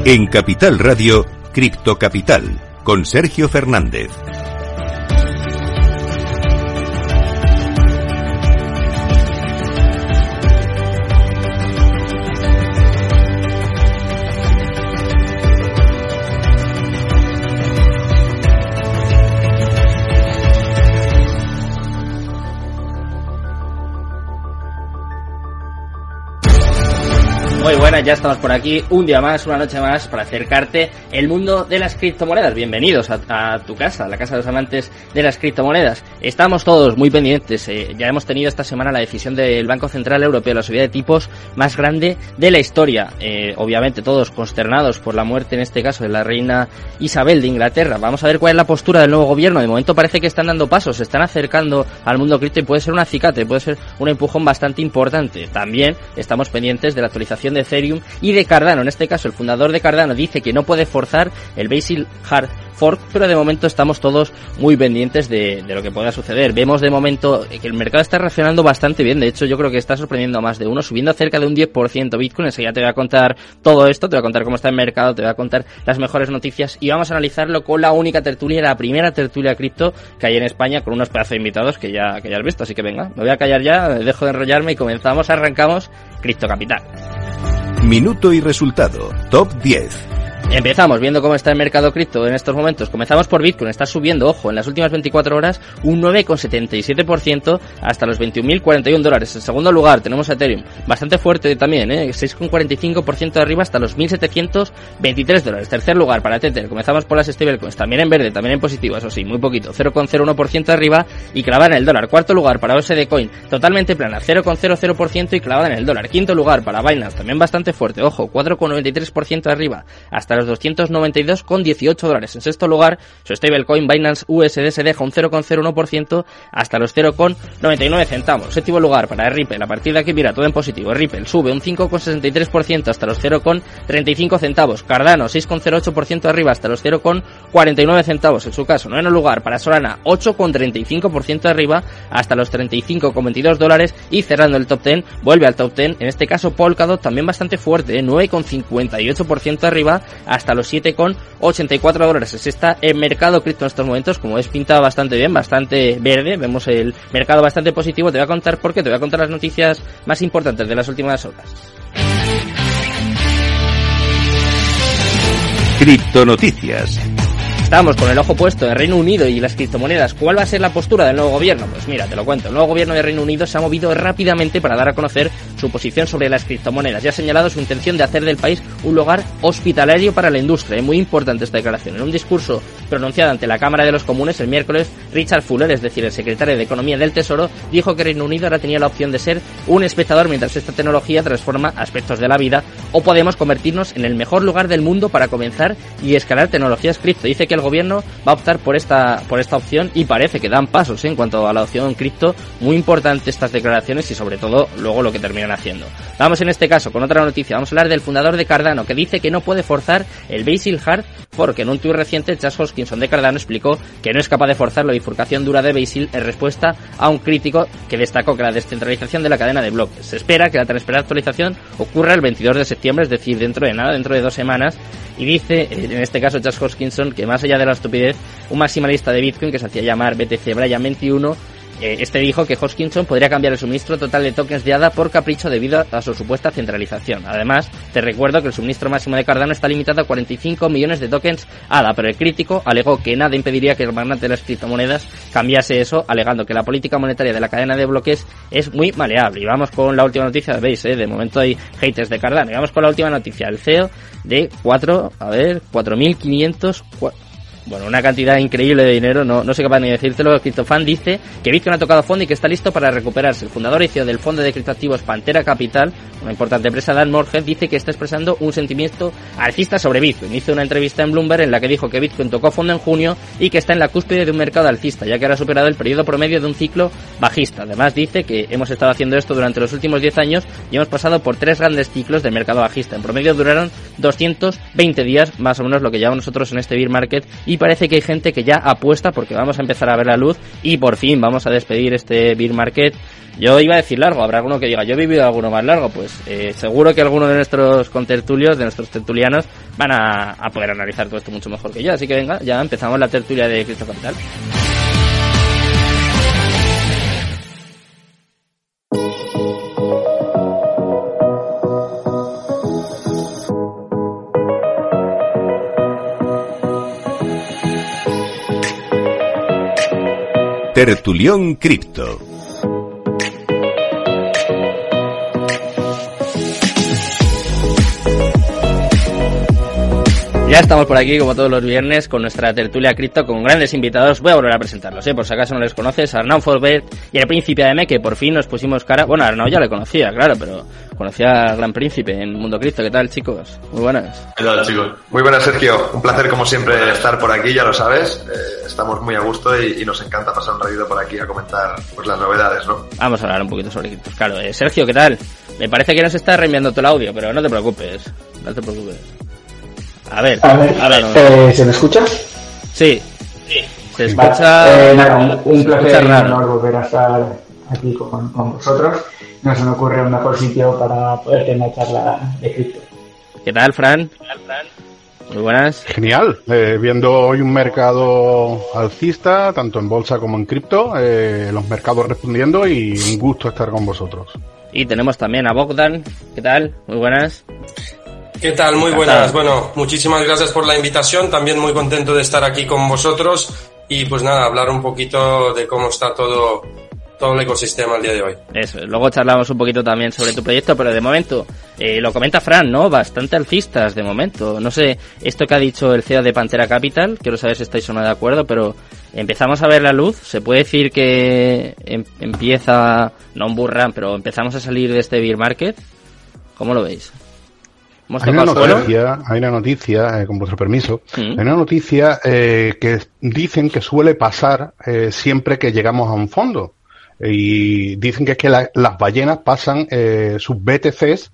En Capital Radio, Cripto Capital, con Sergio Fernández. Muy buenas, ya estamos por aquí, un día más, una noche más, para acercarte el mundo de las criptomonedas. Bienvenidos a tu casa, a la casa de los amantes de las criptomonedas. Estamos todos muy pendientes, ya hemos tenido esta semana la decisión del Banco Central Europeo, la subida de tipos más grande de la historia. Obviamente todos consternados por la muerte, en este caso, de la reina Isabel de Inglaterra. Vamos a ver cuál es la postura del nuevo gobierno. De momento parece que están dando pasos, se están acercando al mundo cripto y puede ser un acicate, puede ser un empujón bastante importante. También estamos pendientes de la actualización de Ethereum y de Cardano. En este caso, el fundador de Cardano dice que no puede forzar el Basil Hard Fork, pero de momento estamos todos muy pendientes de lo que pueda suceder. Vemos de momento que el mercado está reaccionando bastante bien. De hecho, yo creo que está sorprendiendo a más de uno, subiendo cerca de un 10% Bitcoin. Enseguida te voy a contar todo esto, te voy a contar cómo está el mercado, te voy a contar las mejores noticias y vamos a analizarlo con la única tertulia, la primera tertulia cripto que hay en España, con unos pedazos de invitados que ya has visto. Así que venga, me voy a callar ya, dejo de enrollarme y comenzamos, arrancamos Cripto Capital. Minuto y resultado, top 10. Empezamos viendo cómo está el mercado cripto en estos momentos. Comenzamos por Bitcoin, está subiendo, ojo, en las últimas 24 horas un 9,77% hasta los $21.041. En segundo lugar tenemos a Ethereum, bastante fuerte también, 6,45% de arriba hasta los $1.723. Tercer lugar para Tether, comenzamos por las stablecoins, también en verde, también en positivo, eso sí, muy poquito, 0,01% de arriba y clavada en el dólar. Cuarto lugar para USD Coin, totalmente plana, 0,00% y clavada en el dólar. Quinto lugar para Binance, también bastante fuerte, ojo, 4,93% de arriba hasta los $292,18. En sexto lugar, su stablecoin Binance USD se deja un 0,01% hasta los 0,99 centavos. Séptimo lugar para Ripple, a partir de aquí mira, todo en positivo. Ripple sube un 5,63% hasta los 0,35 centavos. Cardano 6,08% arriba hasta los 0,49 centavos en su caso. Noveno lugar para Solana, 8,35% arriba hasta los $35,22 y cerrando el top 10, vuelve al top 10, en este caso Polkadot también bastante fuerte, 9,58% arriba hasta los $7,84. Así está el mercado cripto en estos momentos, como ves, pinta bastante bien, bastante verde, vemos el mercado bastante positivo. Te voy a contar por qué, te voy a contar las noticias más importantes de las últimas horas. Criptonoticias. Estamos con el ojo puesto en Reino Unido y las criptomonedas. ¿Cuál va a ser la postura del nuevo gobierno? Pues mira, te lo cuento. El nuevo gobierno de Reino Unido se ha movido rápidamente para dar a conocer su posición sobre las criptomonedas. Ya ha señalado su intención de hacer del país un lugar hospitalario para la industria. Es muy importante esta declaración. En un discurso pronunciado ante la Cámara de los Comunes el miércoles, Richard Fuller, es decir, el secretario de Economía del Tesoro, dijo que Reino Unido ahora tenía la opción de ser un espectador mientras esta tecnología transforma aspectos de la vida, o podemos convertirnos en el mejor lugar del mundo para comenzar y escalar tecnologías cripto. Dice que el gobierno va a optar por esta opción y parece que dan pasos en cuanto a la opción cripto. Muy importante estas declaraciones y sobre todo luego lo que terminan haciendo. Vamos en este caso con otra noticia. Vamos a hablar del fundador de Cardano, que dice que no puede forzar el Basil Hard Fork. En un tuit reciente, Chas Hoskinson de Cardano explicó que no es capaz de forzar la bifurcación dura de Basil en respuesta a un crítico que destacó que la descentralización de la cadena de bloques. Se espera que la transferida actualización ocurra el 22 de septiembre, es decir, dentro de nada, dentro de 2 semanas. Y dice, en este caso, Chas Hoskinson, que más allá de la estupidez, un maximalista de Bitcoin que se hacía llamar BTC Brian 21, dijo que Hoskinson podría cambiar el suministro total de tokens de ADA por capricho debido a su supuesta centralización. Además, te recuerdo que el suministro máximo de Cardano está limitado a 45 millones de tokens ADA, pero el crítico alegó que nada impediría que el magnate de las criptomonedas cambiase eso, alegando que la política monetaria de la cadena de bloques es muy maleable. Y vamos con la última noticia, veis, de momento hay haters de Cardano. Y vamos con la última noticia, el CEO de 4.500... Bueno, una cantidad increíble de dinero, no sé capaz ni decírtelo. El CryptoFan dice que Bitcoin ha tocado fondo y que está listo para recuperarse. El fundador y CEO del fondo de criptoactivos Pantera Capital, una importante empresa, Dan Moorhead, dice que está expresando un sentimiento alcista sobre Bitcoin. Hizo una entrevista en Bloomberg en la que dijo que Bitcoin tocó fondo en junio y que está en la cúspide de un mercado alcista, ya que ahora ha superado el periodo promedio de un ciclo bajista. Además dice que hemos estado haciendo esto durante los últimos 10 años y hemos pasado por 3 grandes ciclos del mercado bajista. En promedio duraron 220 días, más o menos lo que llevamos nosotros en este bear market, y y parece que hay gente que ya apuesta porque vamos a empezar a ver la luz y por fin vamos a despedir este bear market. Yo iba a decir largo, habrá alguno que diga, yo he vivido alguno más largo, pues seguro que alguno de nuestros contertulios, de nuestros tertulianos, van a poder analizar todo esto mucho mejor que yo, así que venga, ya empezamos la tertulia de Cripto Capital. Tertulión Cripto. Ya estamos por aquí, como todos los viernes, con nuestra tertulia cripto, con grandes invitados. Voy a volver a presentarlos, por si acaso no les conoces. Arnau Forbet y el Príncipe AM, que por fin nos pusimos cara. Bueno, Arnau ya le conocía, claro, pero conocía al Gran Príncipe en Mundo Cripto. ¿Qué tal, chicos? Muy buenas. ¿Qué tal, chicos? Muy buenas, Sergio. Un placer, como siempre, estar por aquí, ya lo sabes. Estamos muy a gusto y nos encanta pasar un ratito por aquí a comentar pues las novedades, ¿no? Vamos a hablar un poquito sobre criptos, claro. Sergio, ¿qué tal? Me parece que nos está reenviando todo el audio, pero no te preocupes. No te preocupes. A ver, ¿se me escucha? Sí, se escucha. Nada, un placer y un honor volver a estar aquí con vosotros. No se me ocurre un mejor sitio para poder tener una charla de cripto. ¿Qué tal, Fran? Muy buenas. Genial, viendo hoy un mercado alcista, tanto en bolsa como en cripto, los mercados respondiendo y un gusto estar con vosotros. Y tenemos también a Bogdan. ¿Qué tal? Muy buenas. ¿Qué tal? Muy buenas. Bueno, muchísimas gracias por la invitación. También muy contento de estar aquí con vosotros y pues nada, hablar un poquito de cómo está todo el ecosistema el día de hoy. Eso, luego charlamos un poquito también sobre tu proyecto, pero de momento, lo comenta Fran, ¿no? Bastante alcistas de momento. No sé, esto que ha dicho el CEO de Pantera Capital, quiero saber si estáis o no de acuerdo, pero empezamos a ver la luz. Se puede decir que empieza, no un bull run, pero empezamos a salir de este bear market. ¿Cómo lo veis? Hay una noticia, con vuestro permiso, hay una noticia que dicen que suele pasar siempre que llegamos a un fondo. Y dicen que es que las ballenas pasan sus BTCs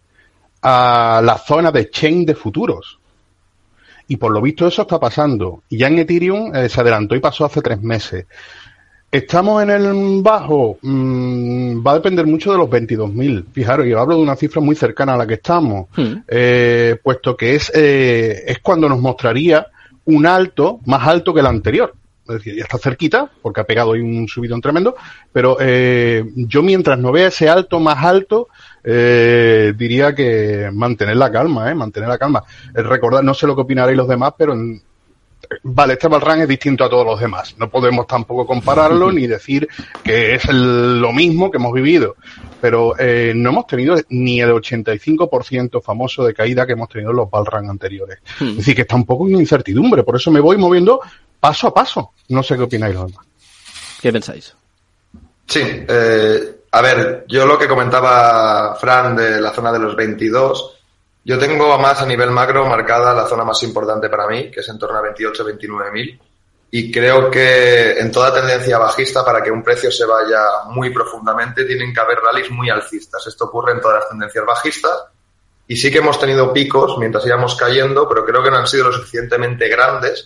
a la zona de chain de futuros. Y por lo visto eso está pasando. Y ya en Ethereum se adelantó y pasó hace 3 meses. ¿Estamos en el bajo? Va a depender mucho de los 22.000. Fijaros, yo hablo de una cifra muy cercana a la que estamos, puesto que es cuando nos mostraría un alto más alto que el anterior. Es decir, ya está cerquita, porque ha pegado ahí un subidón tremendo, pero yo mientras no vea ese alto más alto, diría que mantener la calma. Recordad, no sé lo que opinaréis los demás, pero vale, este bull run es distinto a todos los demás. No podemos tampoco compararlo ni decir que es lo mismo que hemos vivido. Pero no hemos tenido ni el 85% famoso de caída que hemos tenido en los bull run anteriores. Es decir, que está un poco en incertidumbre. Por eso me voy moviendo paso a paso. No sé qué opináis los demás. ¿Qué pensáis? Sí, a ver, yo lo que comentaba Fran de la zona de los 22... Yo tengo más a nivel macro marcada la zona más importante para mí, que es en torno a 28-29.000, y creo que en toda tendencia bajista, para que un precio se vaya muy profundamente, tienen que haber rallies muy alcistas. Esto ocurre en todas las tendencias bajistas, y sí que hemos tenido picos mientras íbamos cayendo, pero creo que no han sido lo suficientemente grandes,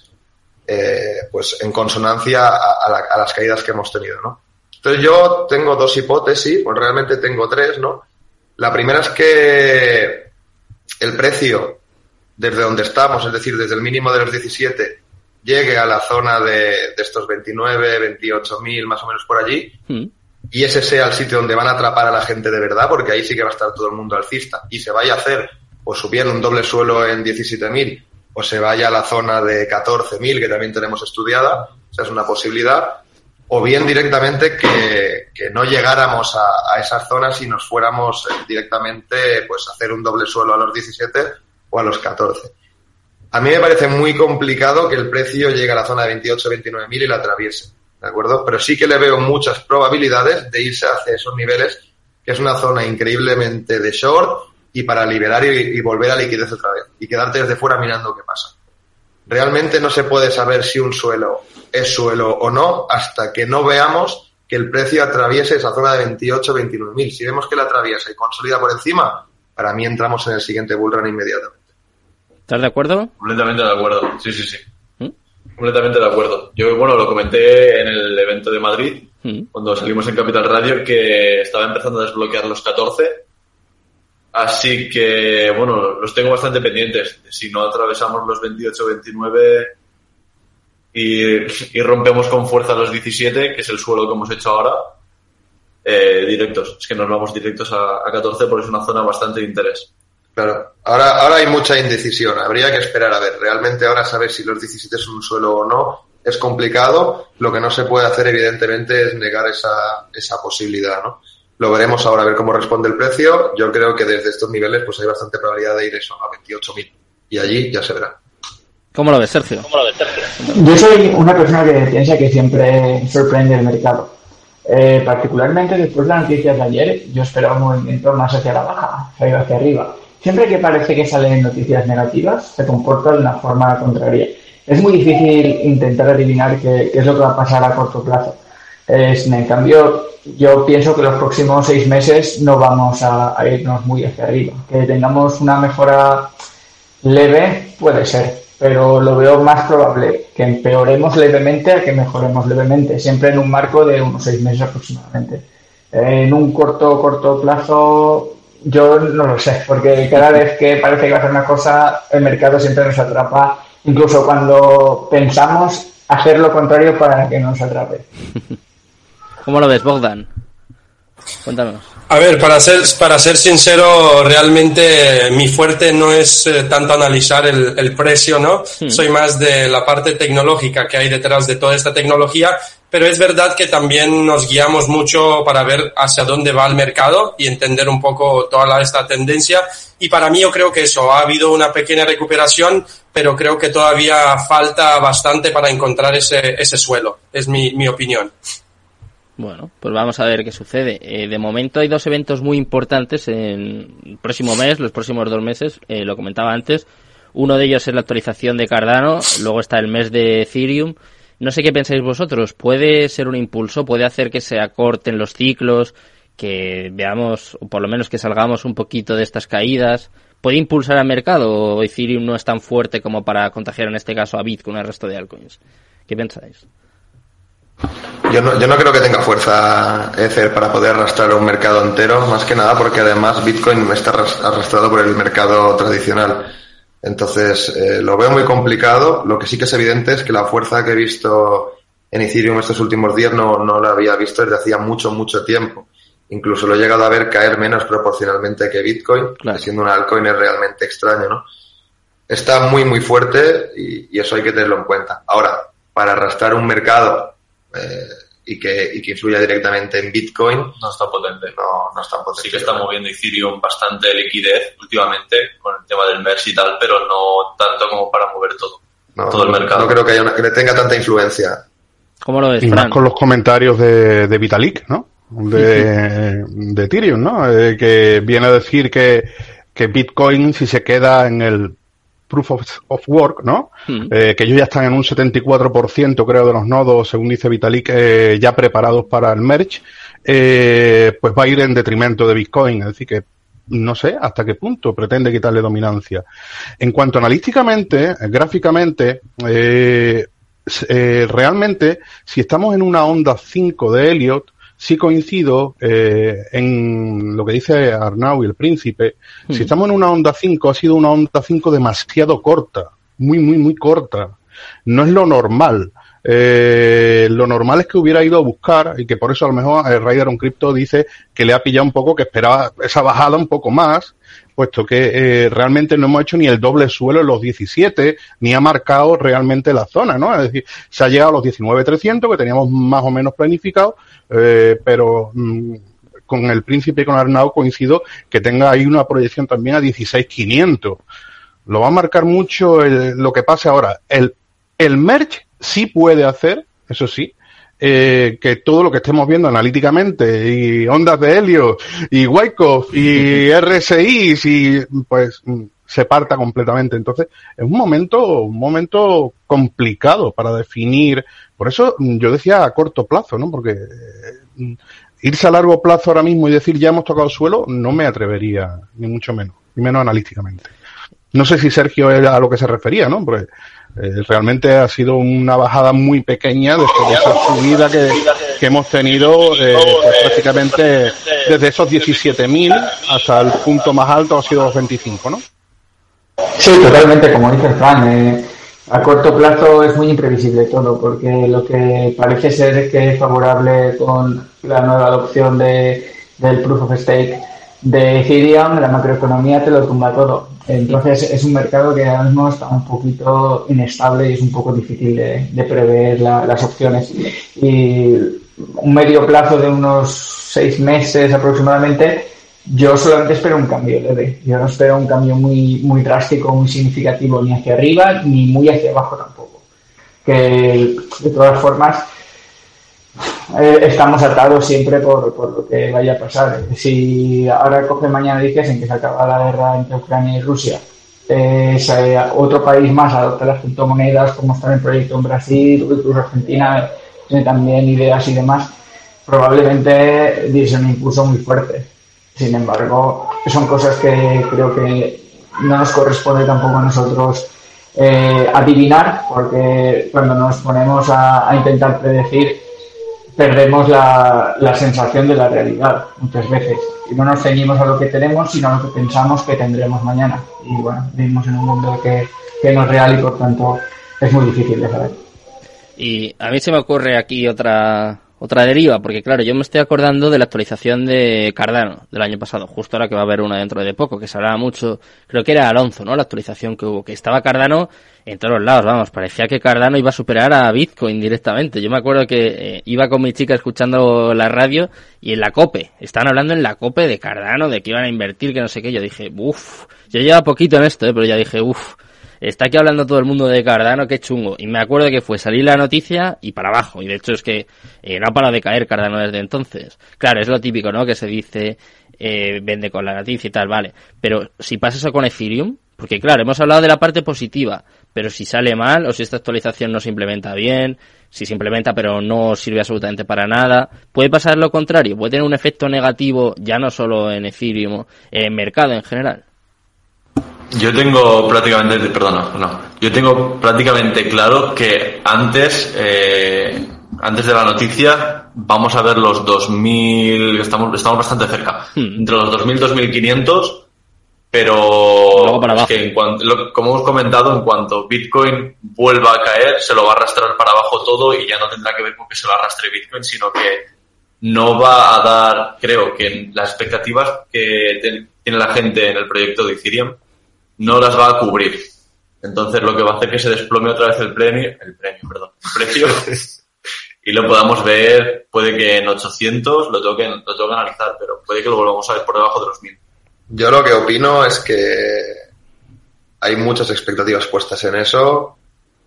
pues en consonancia a las caídas que hemos tenido, ¿no? Entonces yo tengo 2 hipótesis, pues realmente tengo 3, ¿no? La primera es que el precio desde donde estamos, es decir, desde el mínimo de los 17, llegue a la zona de estos 29, 28.000, más o menos por allí, y ese sea el sitio donde van a atrapar a la gente de verdad, porque ahí sí que va a estar todo el mundo alcista, y se vaya a hacer, pues subiendo un doble suelo en 17.000, o se vaya a la zona de 14.000, que también tenemos estudiada, esa es una posibilidad, o bien directamente que no llegáramos a esas zonas y nos fuéramos directamente pues a hacer un doble suelo a los 17 o a los 14. A mí me parece muy complicado que el precio llegue a la zona de 28-29.000 y la atraviese, ¿de acuerdo? Pero sí que le veo muchas probabilidades de irse hacia esos niveles, que es una zona increíblemente de short y para liberar y volver a liquidez otra vez y quedarte desde fuera mirando qué pasa. Realmente no se puede saber si un suelo es suelo o no hasta que no veamos que el precio atraviese esa zona de 28-29.000. Si vemos que la atraviesa y consolida por encima, para mí entramos en el siguiente bull run inmediatamente. ¿Estás de acuerdo? Completamente de acuerdo, sí. Completamente de acuerdo. Yo, lo comenté en el evento de Madrid, cuando salimos en Capital Radio, que estaba empezando a desbloquear los 14. Así que, los tengo bastante pendientes. Si no atravesamos los 28, 29 y rompemos con fuerza los 17, que es el suelo que hemos hecho ahora, directos. Es que nos vamos directos a 14 porque es una zona bastante de interés. Claro, ahora hay mucha indecisión, habría que esperar a ver, realmente ahora saber si los 17 son un suelo o no es complicado, lo que no se puede hacer evidentemente es negar esa posibilidad, ¿no? Lo veremos ahora, a ver cómo responde el precio, yo creo que desde estos niveles pues hay bastante probabilidad de ir eso, a 28.000 y allí ya se verá. ¿Cómo lo ves, Sergio? Yo soy una persona que piensa que siempre sorprende el mercado. Particularmente después de las noticias de ayer, yo esperaba un movimiento más hacia la baja, hacia arriba. Siempre que parece que salen noticias negativas, se comporta de una forma contraria. Es muy difícil intentar adivinar qué es lo que va a pasar a corto plazo. En cambio, yo pienso que los próximos 6 meses no vamos a irnos muy hacia arriba. Que tengamos una mejora leve, puede ser, pero lo veo más probable que empeoremos levemente a que mejoremos levemente, siempre en un marco de unos 6 meses aproximadamente. En un corto plazo, yo no lo sé, porque cada vez que parece que va a hacer una cosa, el mercado siempre nos atrapa, incluso cuando pensamos hacer lo contrario para que nos atrape. ¿Cómo lo ves, Bogdan? Cuéntanos. A ver, para ser sincero, realmente mi fuerte no es tanto analizar el precio, ¿no? Soy más de la parte tecnológica que hay detrás de toda esta tecnología, pero es verdad que también nos guiamos mucho para ver hacia dónde va el mercado y entender un poco toda esta tendencia. Y para mí yo creo que ha habido una pequeña recuperación, pero creo que todavía falta bastante para encontrar ese suelo. Es mi opinión. Bueno, pues vamos a ver qué sucede. De momento hay 2 eventos muy importantes en el próximo mes, los próximos 2 meses, lo comentaba antes. Uno de ellos es la actualización de Cardano, luego está el mes de Ethereum. No sé qué pensáis vosotros, ¿puede ser un impulso? ¿Puede hacer que se acorten los ciclos? Que veamos, o por lo menos que salgamos un poquito de estas caídas. ¿Puede impulsar al mercado o Ethereum no es tan fuerte como para contagiar en este caso a Bitcoin y al resto de altcoins? ¿Qué pensáis? Yo no creo que tenga fuerza Ether para poder arrastrar un mercado entero, más que nada porque además Bitcoin está arrastrado por el mercado tradicional. Entonces, lo veo muy complicado. Lo que sí que es evidente es que la fuerza que he visto en Ethereum estos últimos días no la había visto desde hacía mucho tiempo. Incluso lo he llegado a ver caer menos proporcionalmente que Bitcoin, claro. Siendo un altcoin es realmente extraño, ¿no? Está muy fuerte y eso hay que tenerlo en cuenta. Ahora, para arrastrar un mercado y que influya directamente en Bitcoin, no está potente. No está potente. Sí que está moviendo Ethereum bastante liquidez últimamente con el tema del MERS y tal, pero no tanto como para mover todo el mercado. No creo que le tenga tanta influencia. ¿Cómo lo ves, y Fran? más con los comentarios de Vitalik, ¿no? De Ethereum, ¿no? Que viene a decir que Bitcoin, si se queda en el Proof of Work, ¿no? Que ellos ya están en un 74%, creo, de los nodos, según dice Vitalik, ya preparados para el merge, pues va a ir en detrimento de Bitcoin. Es decir, que no sé hasta qué punto pretende quitarle dominancia. En cuanto analíticamente, gráficamente, realmente, si estamos en una onda 5 de Elliott, sí coincido en lo que dice Arnau y el Príncipe. Si estamos en una onda 5, ha sido una onda 5 demasiado corta, muy corta. No es lo normal. Lo normal es que hubiera ido a buscar, y que por eso a lo mejor Rider on Crypto dice que le ha pillado un poco, que esperaba esa bajada un poco más, puesto que realmente no hemos hecho ni el doble suelo en los 17, ni ha marcado realmente la zona, ¿no? Es decir, se ha llegado a los 19.300, que teníamos más o menos planificado, pero con el Príncipe y con Arnau coincido que tenga ahí una proyección también a 16.500. Lo va a marcar mucho lo que pase ahora. El merge sí puede hacer, eso sí, que todo lo que estemos viendo analíticamente, y ondas de helio, y Wyckoff, y RSI, y pues se parta completamente. Entonces, es un momento complicado para definir. Por eso yo decía a corto plazo, ¿no? Porque irse a largo plazo ahora mismo y decir ya hemos tocado suelo, no me atrevería, ni mucho menos, ni menos analíticamente. No sé si Sergio era a lo que se refería, ¿no? Porque realmente ha sido una bajada muy pequeña después de esa subida que hemos tenido pues prácticamente desde esos 17.000 hasta el punto más alto ha sido los 25, ¿no? Sí, totalmente, como dice Fran. A corto plazo es muy imprevisible todo, porque lo que parece ser es que es favorable con la nueva adopción del Proof of Stake de Ethereum, la macroeconomía te lo tumba todo. Entonces es un mercado que ahora mismo está un poquito inestable y es un poco difícil de prever las opciones. Y un medio plazo de unos 6 meses aproximadamente, yo solamente espero un cambio leve. Yo no espero un cambio muy drástico, muy significativo, ni hacia arriba ni muy hacia abajo tampoco. Que de todas formas estamos atados siempre por lo que vaya a pasar. Si ahora coge mañana y dicen que se acaba la guerra entre Ucrania y Rusia, otro país más adopta las criptomonedas, como está en el proyecto en Brasil, incluso Argentina tiene también ideas y demás, probablemente diese un impulso muy fuerte. Sin embargo, son cosas que creo que no nos corresponde tampoco a nosotros adivinar, porque cuando nos ponemos a intentar predecir, perdemos la sensación de la realidad muchas veces y no nos ceñimos a lo que tenemos, sino a lo que pensamos que tendremos mañana. Y bueno, vivimos en un mundo que no es real y por tanto es muy difícil de saber. Y a mí se me ocurre aquí otra deriva, porque claro, yo me estoy acordando de la actualización de Cardano del año pasado, justo ahora que va a haber una dentro de poco, que se hablaba mucho, creo que era Alonso, ¿no? La actualización que hubo, que estaba Cardano en todos los lados, vamos, parecía que Cardano iba a superar a Bitcoin directamente. Yo me acuerdo que iba con mi chica escuchando la radio y en la COPE, estaban hablando en la COPE de Cardano, de que iban a invertir, que no sé qué, yo dije, yo llevaba poquito en esto, pero ya dije, está aquí hablando todo el mundo de Cardano, qué chungo. Y me acuerdo que fue salir la noticia y para abajo. Y de hecho es que no ha parado de caer Cardano desde entonces. Claro, es lo típico, ¿no? Que se dice, vende con la noticia y tal, vale. Pero si pasa eso con Ethereum, porque claro, hemos hablado de la parte positiva, pero si sale mal o si esta actualización no se implementa bien, si se implementa pero no sirve absolutamente para nada, puede pasar lo contrario, puede tener un efecto negativo ya no solo en Ethereum, en el mercado en general. Yo tengo prácticamente claro que antes de la noticia vamos a ver los 2000, estamos bastante cerca, entre los 2000 y 2500, pero es que como hemos comentado, en cuanto Bitcoin vuelva a caer, se lo va a arrastrar para abajo todo y ya no tendrá que ver con que se lo arrastre Bitcoin, sino que no va a dar, creo que las expectativas que tiene la gente en el proyecto de Ethereum no las va a cubrir. Entonces lo que va a hacer que se desplome otra vez el precio y lo podamos ver, puede que en 800 lo tengo que analizar, pero puede que lo volvamos a ver por debajo de los 1000. Yo lo que opino es que hay muchas expectativas puestas en eso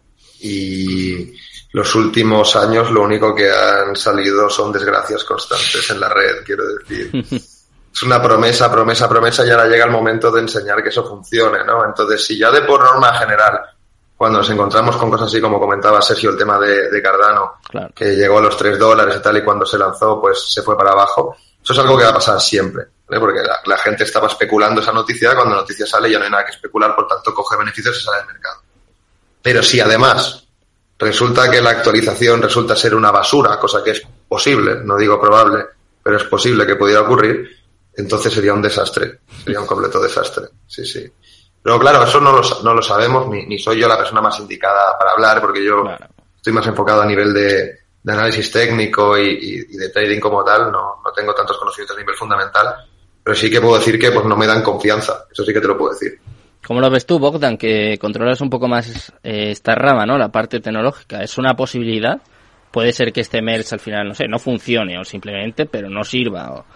y los últimos años lo único que han salido son desgracias constantes en la red, quiero decir. Es una promesa y ahora llega el momento de enseñar que eso funcione, ¿no? Entonces, si ya de por norma general, cuando nos encontramos con cosas así como comentaba Sergio, el tema de Cardano, claro, que llegó a los $3 y tal, y cuando se lanzó, pues se fue para abajo. Eso es algo que va a pasar siempre, ¿vale? Porque la gente estaba especulando esa noticia, cuando la noticia sale ya no hay nada que especular, por tanto coge beneficios y sale del mercado. Pero si además resulta que la actualización resulta ser una basura, cosa que es posible, no digo probable, pero es posible que pudiera ocurrir, entonces sería un desastre, sería un completo desastre, sí. Pero claro, eso no lo sabemos, ni soy yo la persona más indicada para hablar, porque yo estoy más enfocado a nivel de análisis técnico y de trading como tal, no tengo tantos conocimientos a nivel fundamental, pero sí que puedo decir que pues no me dan confianza, eso sí que te lo puedo decir. ¿Cómo lo ves tú, Bogdan, que controlas un poco más esta rama, ¿no? La parte tecnológica, ¿es una posibilidad? Puede ser que este merge al final, no funcione o simplemente, pero no sirva o...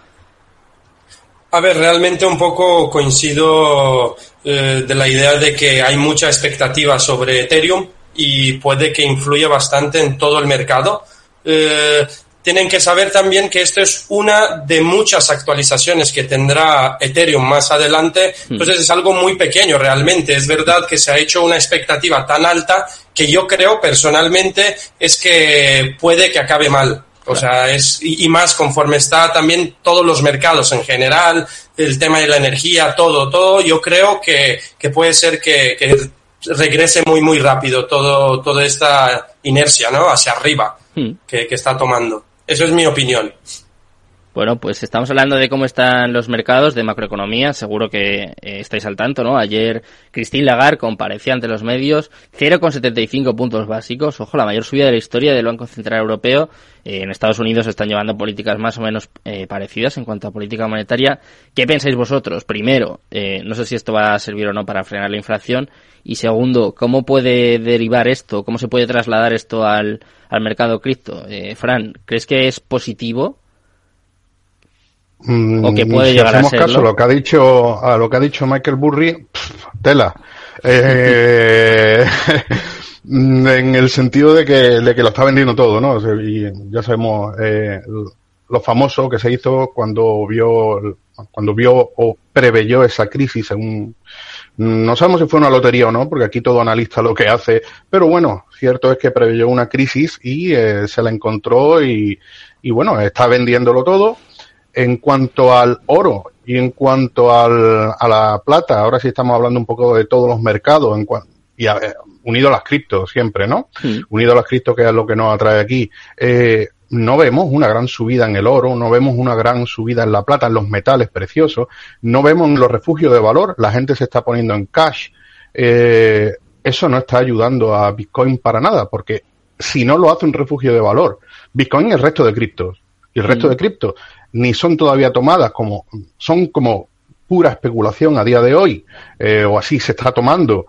A ver, realmente un poco coincido de la idea de que hay mucha expectativa sobre Ethereum y puede que influya bastante en todo el mercado. Tienen que saber también que esto es una de muchas actualizaciones que tendrá Ethereum más adelante, entonces es algo muy pequeño realmente. Es verdad que se ha hecho una expectativa tan alta que yo creo personalmente es que puede que acabe mal. O sea, y más conforme está también todos los mercados en general, el tema de la energía, todo, yo creo que puede ser que regrese muy, muy rápido toda esta inercia, ¿no? Hacia arriba que está tomando. Eso es mi opinión. Bueno, pues estamos hablando de cómo están los mercados de macroeconomía, seguro que estáis al tanto, ¿no? Ayer Christine Lagarde comparecía ante los medios, 0,75 puntos básicos, ojo, la mayor subida de la historia del Banco Central Europeo. En Estados Unidos están llevando políticas más o menos parecidas en cuanto a política monetaria. ¿Qué pensáis vosotros? Primero, no sé si esto va a servir o no para frenar la inflación, y segundo, ¿cómo puede derivar esto? ¿Cómo se puede trasladar esto al mercado cripto? Fran, ¿crees que es positivo? ¿O que puede llegar a serlo? Si hacemos caso a lo que ha dicho Michael Burry, tela. En el sentido de que lo está vendiendo todo, ¿no? Y ya sabemos lo famoso que se hizo cuando vio o preveyó esa crisis. No sabemos si fue una lotería o no, porque aquí todo analista lo que hace, pero bueno, cierto es que preveyó una crisis y se la encontró y bueno, está vendiéndolo todo. En cuanto al oro y en cuanto a la plata, ahora sí estamos hablando un poco de todos los mercados, unido a las criptos siempre, ¿no? Unido a las criptos, que es lo que nos atrae aquí. No vemos una gran subida en el oro, no vemos una gran subida en la plata, en los metales preciosos, no vemos en los refugios de valor, la gente se está poniendo en cash. Eso no está ayudando a Bitcoin para nada, porque si no lo hace un refugio de valor, Bitcoin y el resto de criptos, y el resto de criptos ni son todavía tomadas son como pura especulación a día de hoy, o así se está tomando,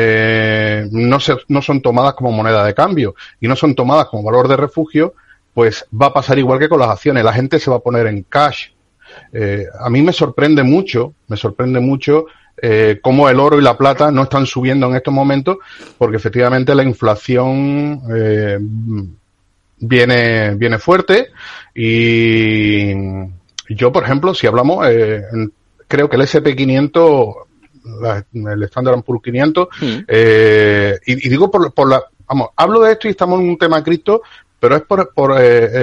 no son tomadas como moneda de cambio y no son tomadas como valor de refugio, pues va a pasar igual que con las acciones, la gente se va a poner en cash. A mí me sorprende mucho cómo el oro y la plata no están subiendo en estos momentos, porque efectivamente la inflación viene fuerte. Y yo, por ejemplo, si hablamos, creo que el S&P 500, el Standard & Poor's 500, y digo hablo de esto y estamos en un tema cripto, pero es por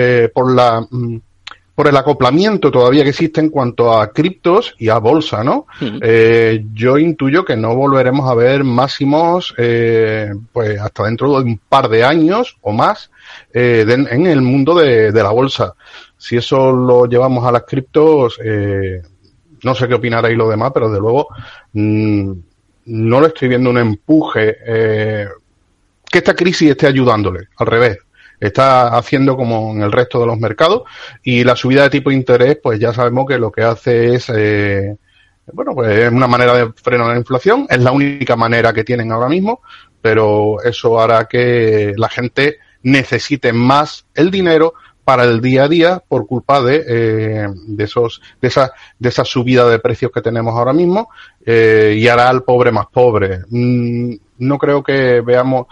el acoplamiento todavía que existe en cuanto a criptos y a bolsa, ¿no? Yo intuyo que no volveremos a ver máximos, pues hasta dentro de un par de años o más, en el mundo de la bolsa. Si eso lo llevamos a las criptos, no sé qué opinaréis los demás, pero desde luego no le estoy viendo un empuje que esta crisis esté ayudándole, al revés. Está haciendo como en el resto de los mercados, y la subida de tipo de interés, pues ya sabemos que lo que hace es, pues es una manera de frenar la inflación, es la única manera que tienen ahora mismo, pero eso hará que la gente necesite más el dinero para el día a día por culpa de esa subida de precios que tenemos ahora mismo, y hará al pobre más pobre. No creo que veamos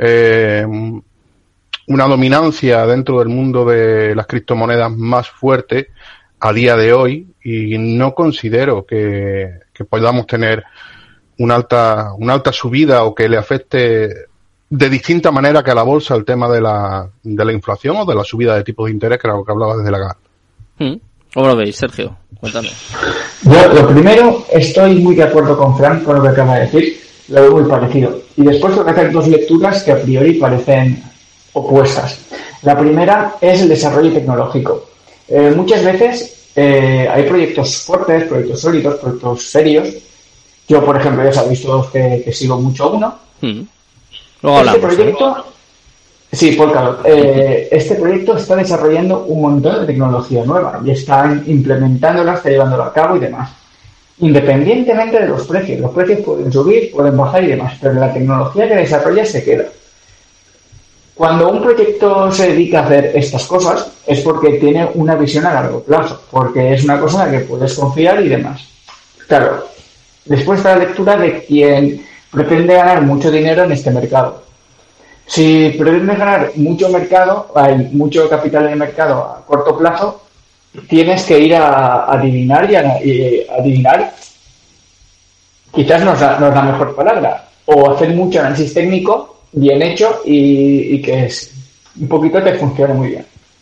una dominancia dentro del mundo de las criptomonedas más fuerte a día de hoy, y no considero que podamos tener una alta subida o que le afecte de distinta manera que a la bolsa el tema de la inflación o de la subida de tipos de interés, que era lo que hablaba desde Lagarde. ¿Cómo lo veis, Sergio? Cuéntame. Yo, lo primero, estoy muy de acuerdo con Fran con lo que acaba de decir, lo veo muy parecido. Y después tengo que hacer dos lecturas que a priori parecen opuestas. La primera es el desarrollo tecnológico. Muchas veces hay proyectos fuertes, proyectos sólidos, proyectos serios. Yo, por ejemplo, ya sabéis todos que sigo mucho uno. Luego hablamos, proyecto, sí, Polkadot. Este proyecto está desarrollando un montón de tecnología nueva y están implementándola, está llevándola a cabo y demás. Independientemente de los precios pueden subir, pueden bajar y demás, pero la tecnología que desarrolla se queda. Cuando un proyecto se dedica a hacer estas cosas es porque tiene una visión a largo plazo, porque es una cosa en la que puedes confiar y demás. Claro, después está la lectura de quien pretende ganar mucho dinero en este mercado. Si pretendes ganar mucho hay mucho capital en el mercado a corto plazo, tienes que ir a adivinar y adivinar, quizás no es la mejor palabra, o hacer mucho análisis técnico bien hecho y que un poquito te funcione muy bien.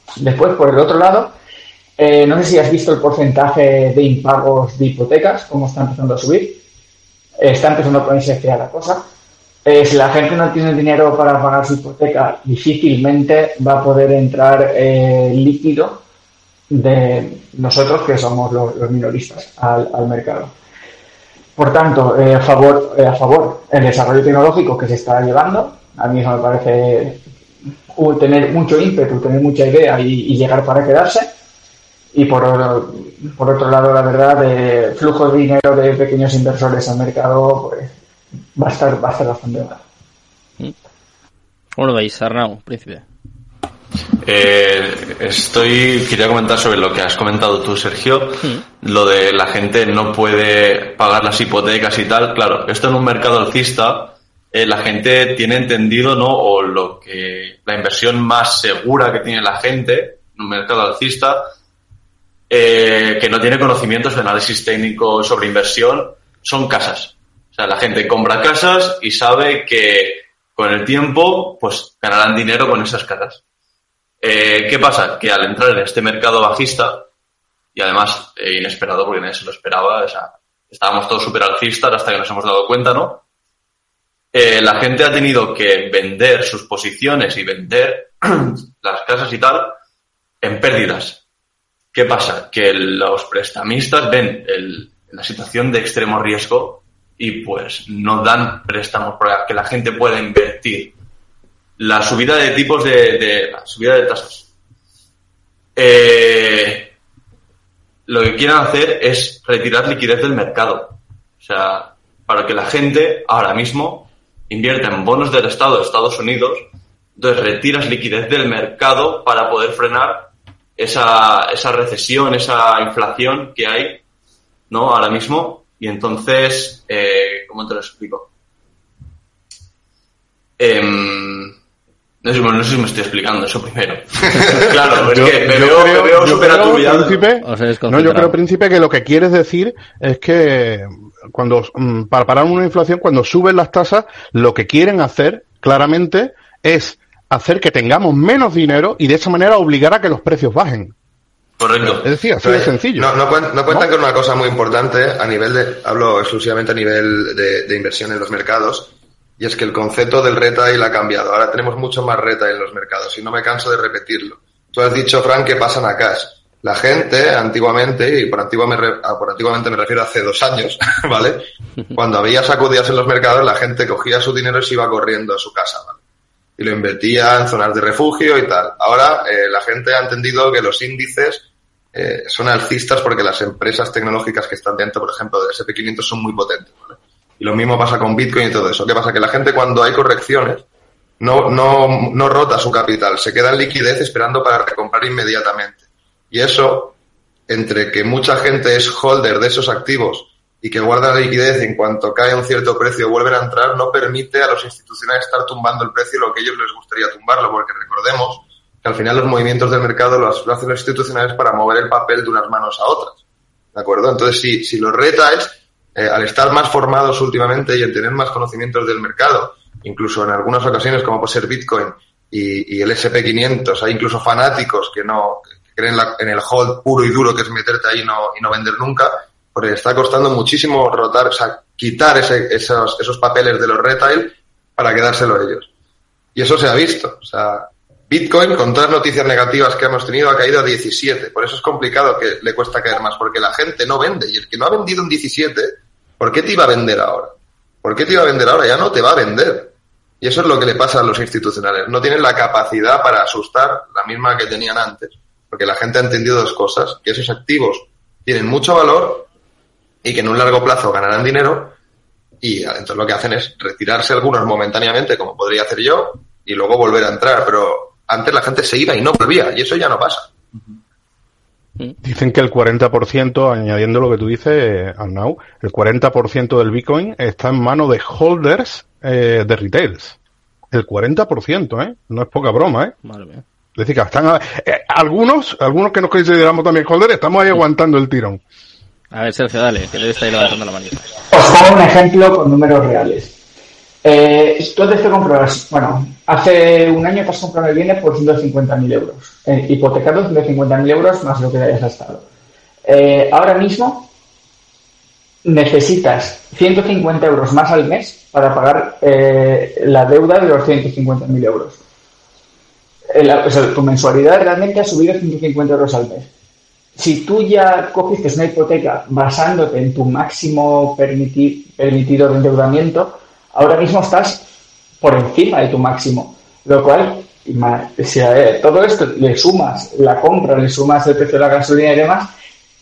Después, por el otro lado, no sé si has visto el porcentaje de impagos de hipotecas, cómo está empezando a subir. Está empezando a ponerse fea la cosa. Si la gente no tiene dinero para pagar su hipoteca, difícilmente va a poder entrar líquido de nosotros, que somos los minoristas, al mercado. Por tanto, a favor el desarrollo tecnológico que se está llevando. A mí eso me parece tener mucho ímpetu, tener mucha idea y llegar para quedarse. Y por otro lado, la verdad, el flujo de dinero de pequeños inversores al mercado pues va a estar bastante mal. ¿Cómo lo veis, Arnau, Príncipe? Quería comentar sobre lo que has comentado tú, Sergio, lo de la gente no puede pagar las hipotecas y tal. Claro, esto en un mercado alcista, la gente tiene entendido, ¿no? O la inversión más segura que tiene la gente en un mercado alcista, que no tiene conocimientos de análisis técnico sobre inversión, son casas. O sea, la gente compra casas y sabe que con el tiempo, pues ganarán dinero con esas casas. ¿Qué pasa? Que al entrar en este mercado bajista, y además inesperado porque nadie se lo esperaba, o sea, estábamos todos súper alcistas hasta que nos hemos dado cuenta, ¿no? La gente ha tenido que vender sus posiciones y vender las casas y tal en pérdidas. ¿Qué pasa? Que los prestamistas ven la situación de extremo riesgo y pues no dan préstamos para que la gente pueda invertir. La subida de tipos la subida de tasas. Lo que quieren hacer es retirar liquidez del mercado. O sea, para que la gente ahora mismo invierta en bonos del Estado de Estados Unidos, entonces retiras liquidez del mercado para poder frenar esa recesión, esa inflación que hay, ¿no? Ahora mismo. Y entonces, ¿cómo te lo explico? No sé si me estoy explicando eso primero. Claro, es que me veo súper aturbillado. Yo creo, Príncipe, que lo que quieres decir es que para parar una inflación, cuando suben las tasas, lo que quieren hacer, claramente, es hacer que tengamos menos dinero y de esa manera obligar a que los precios bajen. Correcto. Es decir, así de sencillo. No cuentan con una cosa muy importante hablo exclusivamente a nivel de inversión en los mercados. Y es que el concepto del retail ha cambiado. Ahora tenemos mucho más retail en los mercados y no me canso de repetirlo. Tú has dicho, Frank, que pasan a cash. La gente, antiguamente, y por antiguamente me refiero a hace 2 años, ¿vale? Cuando había sacudidas en los mercados, la gente cogía su dinero y se iba corriendo a su casa, ¿vale? Y lo invertía en zonas de refugio y tal. Ahora, la gente ha entendido que los índices son alcistas porque las empresas tecnológicas que están dentro, por ejemplo, del SP500 son muy potentes, ¿vale? Y lo mismo pasa con Bitcoin y todo eso. ¿Qué pasa? Que la gente cuando hay correcciones no rota su capital, se queda en liquidez esperando para recomprar inmediatamente. Y eso, entre que mucha gente es holder de esos activos y que guarda la liquidez y en cuanto cae un cierto precio vuelven a entrar, no permite a los institucionales estar tumbando el precio lo que a ellos les gustaría tumbarlo, porque recordemos que al final los movimientos del mercado lo hacen los institucionales para mover el papel de unas manos a otras. ¿De acuerdo? Entonces, si los retails, al estar más formados últimamente y en tener más conocimientos del mercado, incluso en algunas ocasiones como puede ser Bitcoin y el SP500, hay incluso fanáticos que creen en el hold puro y duro, que es meterte ahí y no vender nunca, porque está costando muchísimo rotar, o sea, quitar esos papeles de los retail para quedárselo ellos. Y eso se ha visto. O sea, Bitcoin, con todas las noticias negativas que hemos tenido, ha caído a 17. Por eso es complicado que le cuesta caer más, porque la gente no vende. Y el que no ha vendido en 17, ¿por qué te iba a vender ahora? ¿Por qué te iba a vender ahora? Ya no te va a vender. Y eso es lo que le pasa a los institucionales. No tienen la capacidad para asustar la misma que tenían antes. Porque la gente ha entendido 2 cosas. Que esos activos tienen mucho valor y que en un largo plazo ganarán dinero. Y entonces lo que hacen es retirarse algunos momentáneamente, como podría hacer yo, y luego volver a entrar. Pero antes la gente se iba y no volvía. Y eso ya no pasa. Dicen que el 40%, añadiendo lo que tú dices, Arnau, el 40% del Bitcoin está en manos de holders de retails. El 40%, ¿eh? No es poca broma, ¿eh? Madre mía. Es decir, que están algunos que nos consideramos también holders, estamos ahí aguantando el tirón. A ver, Sergio, dale, que debe estar ahí levantando la manita. Os pongo un ejemplo con números reales. Tú antes te compras, bueno, hace un año te has comprado el bienes por 150.000 euros, hipotecado 150.000 euros más lo que hayas gastado. Ahora mismo necesitas 150 euros más al mes para pagar la deuda de los 150.000 euros. O sea, tu mensualidad realmente ha subido 150 euros al mes. Si tú ya cogiste una hipoteca basándote en tu máximo permitido de endeudamiento, ahora mismo estás por encima de tu máximo, lo cual, si a todo esto le sumas la compra, le sumas el precio de la gasolina y demás,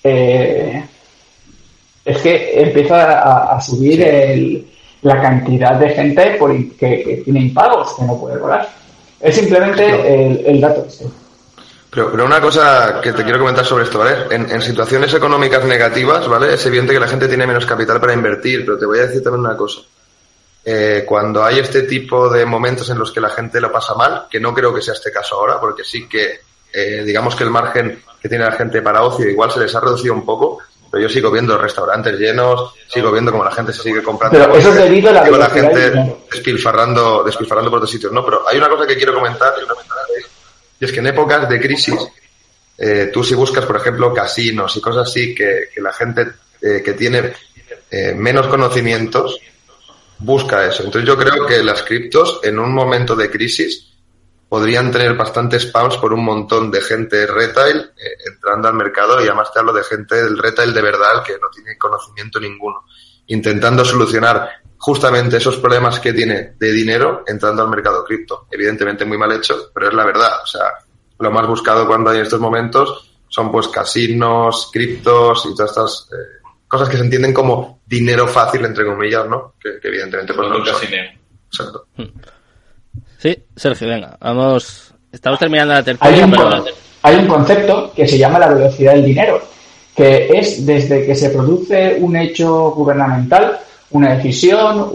es que empieza a subir la cantidad de gente que tiene impagos, que no puede cobrar. Es simplemente el dato este. Pero una cosa que te quiero comentar sobre esto, ¿vale? En situaciones económicas negativas, ¿vale? Es evidente que la gente tiene menos capital para invertir, pero te voy a decir también una cosa. Cuando hay este tipo de momentos en los que la gente lo pasa mal, que no creo que sea este caso ahora, porque sí que, digamos que el margen que tiene la gente para ocio igual se les ha reducido un poco, pero yo sigo viendo restaurantes llenos, sigo viendo como la gente se sigue comprando. Pero eso es debido a la gente despilfarrando por otros sitios, ¿no? Pero hay una cosa que quiero comentar, y es que en épocas de crisis, tú si buscas, por ejemplo, casinos y cosas así, que la gente que tiene menos conocimientos busca eso. Entonces yo creo que las criptos en un momento de crisis podrían tener bastantes spams por un montón de gente retail entrando al mercado, y además te hablo de gente del retail de verdad que no tiene conocimiento ninguno, intentando solucionar justamente esos problemas que tiene de dinero entrando al mercado cripto. Evidentemente muy mal hecho, pero es la verdad. O sea, lo más buscado cuando hay estos momentos son pues casinos, criptos y todas estas cosas que se entienden como dinero fácil, entre comillas, ¿no? Que evidentemente pues no lo son. Exacto. Sí, Sergio, venga, vamos. Estamos terminando la tertulia, hay un concepto que se llama la velocidad del dinero, que es desde que se produce un hecho gubernamental, una decisión,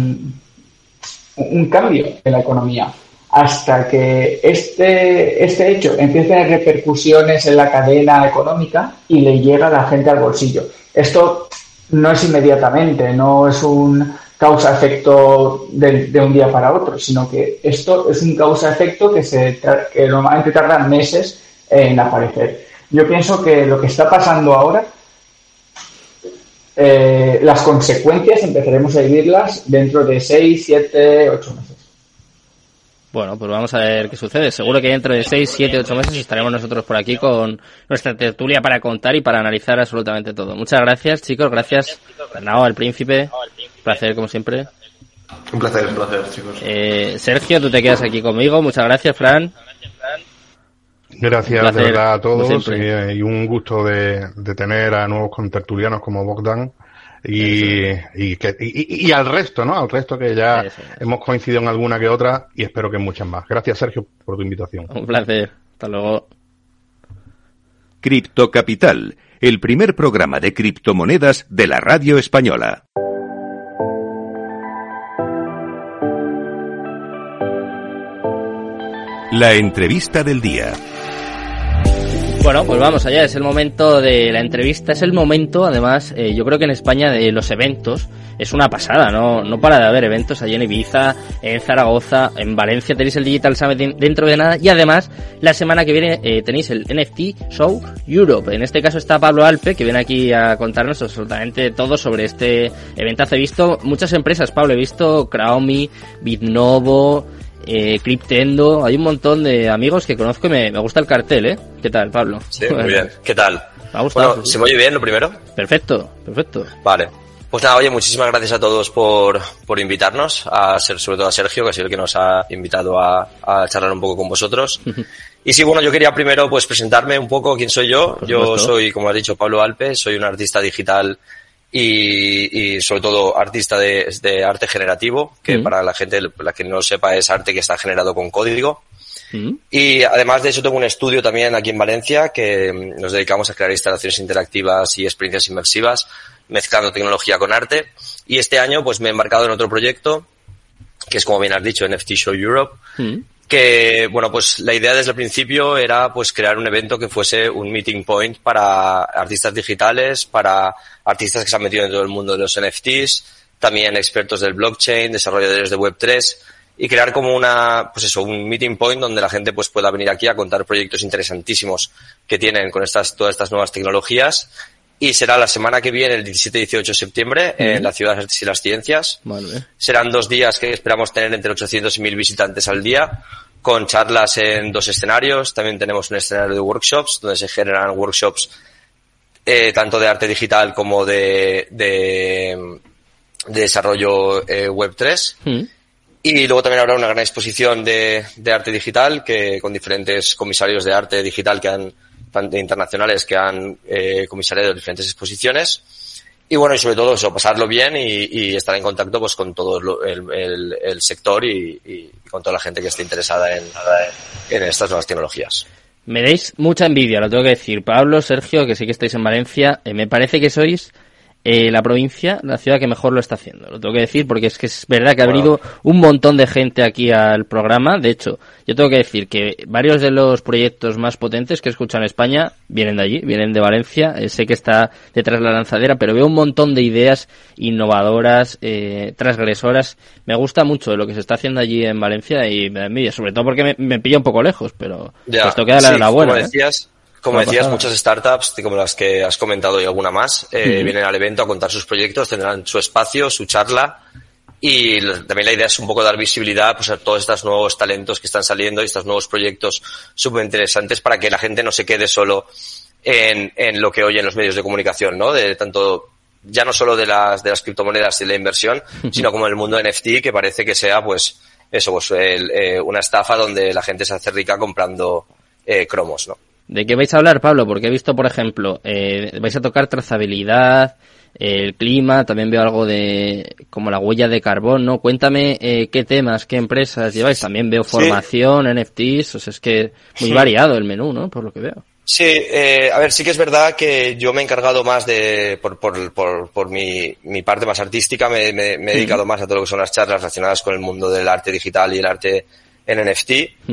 un cambio en la economía, hasta que este hecho empieza a tener repercusiones en la cadena económica y le llega a la gente al bolsillo. Esto no es inmediatamente, no es un causa-efecto de un día para otro, sino que esto es un causa-efecto que normalmente tarda meses en aparecer. Yo pienso que lo que está pasando ahora, las consecuencias empezaremos a vivirlas dentro de 6, 7, 8 meses. Bueno, pues vamos a ver qué sucede. Seguro que dentro de 6, 7, 8 meses estaremos nosotros por aquí con nuestra tertulia para contar y para analizar absolutamente todo. Muchas gracias, chicos. Gracias, Fernando, al Príncipe. Un placer, como siempre. Un placer, chicos. Sergio, tú te quedas aquí conmigo. Muchas gracias, Fran. Gracias de verdad a todos y un gusto de tener a nuevos contertulianos como Bogdan y al resto, ¿no? Al resto que ya hemos coincidido en alguna que otra y espero que en muchas más. Gracias, Sergio, por tu invitación. Un placer. Hasta luego. Cripto Capital, el primer programa de criptomonedas de la radio española. La entrevista del día. Bueno, pues vamos allá, es el momento de la entrevista, es el momento, además, yo creo que en España de los eventos es una pasada, no para de haber eventos allí en Ibiza, en Zaragoza, en Valencia tenéis el Digital Summit dentro de nada, y además la semana que viene tenéis el NFT Show Europe. En este caso está Pablo Alpe, que viene aquí a contarnos absolutamente todo sobre este eventazo. He visto muchas empresas, Pablo, he visto Crowme, Bitnovo, Cryptendo, hay un montón de amigos que conozco y me gusta el cartel, ¿eh? ¿Qué tal, Pablo? Sí, muy bien. ¿Qué tal? Me ha gustado. Bueno, ¿se me oye bien lo primero? Perfecto. Vale. Pues nada, oye, muchísimas gracias a todos por invitarnos, sobre todo a Sergio, que ha sido el que nos ha invitado a charlar un poco con vosotros. Y sí, bueno, yo quería primero pues presentarme un poco quién soy yo. Yo soy, como has dicho, Pablo Alpe, soy un artista digital y sobre todo artista de arte generativo, que para la gente, la que no lo sepa, es arte que está generado con código. Y además de eso tengo un estudio también aquí en Valencia que nos dedicamos a crear instalaciones interactivas y experiencias inmersivas mezclando tecnología con arte, y este año pues me he embarcado en otro proyecto que es, como bien has dicho, NFT Show Europe, que bueno, pues la idea desde el principio era pues crear un evento que fuese un meeting point para artistas digitales, para artistas que se han metido en todo el mundo de los NFTs, también expertos del blockchain, desarrolladores de Web3, y crear como un meeting point donde la gente pues pueda venir aquí a contar proyectos interesantísimos que tienen con todas estas nuevas tecnologías. Y será la semana que viene, el 17 y 18 de septiembre, en la Ciudad de las Artes y las Ciencias. Vale. Serán 2 días que esperamos tener entre 800 y 1000 visitantes al día, con charlas en 2 escenarios. También tenemos un escenario de workshops, donde se generan workshops tanto de arte digital como de desarrollo Web3. Y luego también habrá una gran exposición de arte digital con diferentes comisarios de arte digital internacionales que han comisariado diferentes exposiciones. Y bueno, y sobre todo eso, pasarlo bien y estar en contacto pues con todo el sector y con toda la gente que esté interesada en estas nuevas tecnologías. Me dais mucha envidia, lo tengo que decir. Pablo, Sergio, que sé que estáis en Valencia, me parece que sois la provincia, la ciudad que mejor lo está haciendo. Lo tengo que decir porque es que es verdad que ha venido un montón de gente aquí al programa. De hecho, yo tengo que decir que varios de los proyectos más potentes que he escuchado en España vienen de allí, vienen de Valencia. Sé que está detrás de la lanzadera, pero veo un montón de ideas innovadoras, transgresoras. Me gusta mucho lo que se está haciendo allí en Valencia y me da envidia, sobre todo porque me pilla un poco lejos, pero esto queda la enhorabuena. Como decías, muchas startups, como las que has comentado y alguna más, vienen al evento a contar sus proyectos, tendrán su espacio, su charla, y también la idea es un poco dar visibilidad pues a todos estos nuevos talentos que están saliendo y estos nuevos proyectos súper interesantes para que la gente no se quede solo en lo que oye en los medios de comunicación, ¿no? De tanto, ya no solo de las criptomonedas y de la inversión, sino como el mundo NFT, que parece que sea una estafa donde la gente se hace rica comprando cromos, ¿no? ¿De qué vais a hablar, Pablo? Porque he visto, por ejemplo, vais a tocar trazabilidad, el clima, también veo algo de como la huella de carbón, ¿no? Cuéntame qué temas, qué empresas lleváis. También veo formación, NFTs, o sea, es que muy variado el menú, ¿no? Por lo que veo. Sí, a ver, sí que es verdad que yo me he encargado más por mi parte más artística, me he dedicado más a todo lo que son las charlas relacionadas con el mundo del arte digital y el arte en NFT.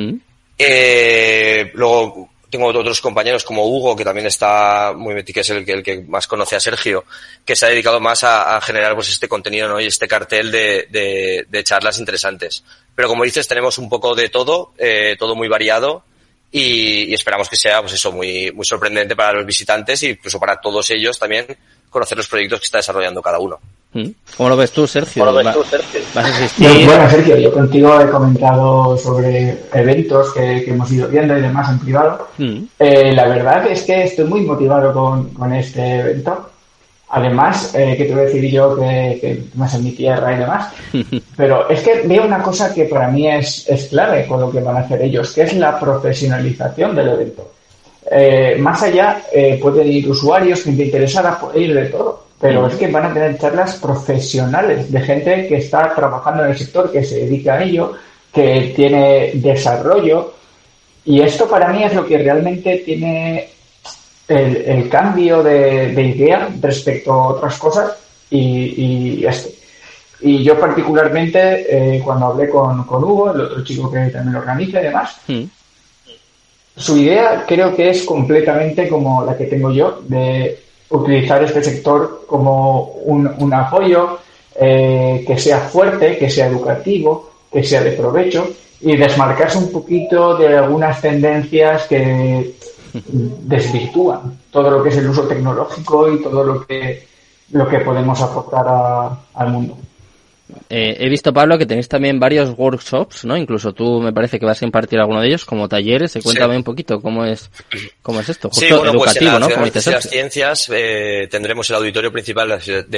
Luego, tengo otros compañeros como Hugo, que también está que es el que más conoce a Sergio, que se ha dedicado más a generar pues este contenido, ¿no? Y este cartel de charlas interesantes. Pero como dices, tenemos un poco de todo muy variado y esperamos que sea pues eso muy, muy sorprendente para los visitantes y incluso para todos ellos también conocer los proyectos que está desarrollando cada uno. ¿Cómo lo ves tú, Sergio? ¿Vas a asistir? Bueno, Sergio, yo contigo he comentado sobre eventos que hemos ido viendo y demás en privado. La verdad es que estoy muy motivado con este evento. Además, que te voy a decir yo que más en mi tierra y demás. Pero es que veo una cosa que para mí es clave con lo que van a hacer ellos, que es la profesionalización del evento. Más allá, pueden ir usuarios, gente interesada, puede ir de todo. Pero es que van a tener charlas profesionales de gente que está trabajando en el sector, que se dedica a ello, que tiene desarrollo. Y esto para mí es lo que realmente tiene el cambio de idea respecto a otras cosas. Y yo particularmente, cuando hablé con Hugo, el otro chico que también lo organiza y demás, su idea creo que es completamente como la que tengo yo, de utilizar este sector como un apoyo que sea fuerte, que sea educativo, que sea de provecho y desmarcarse un poquito de algunas tendencias que desvirtúan todo lo que es el uso tecnológico y todo lo que podemos aportar al mundo. He visto, Pablo, que tenéis también varios workshops, ¿no? Incluso tú me parece que vas a impartir alguno de ellos como talleres. Cuéntame un poquito cómo es esto. Justo educativo, pues en ¿no? Como dices, las ciencias tendremos el auditorio principal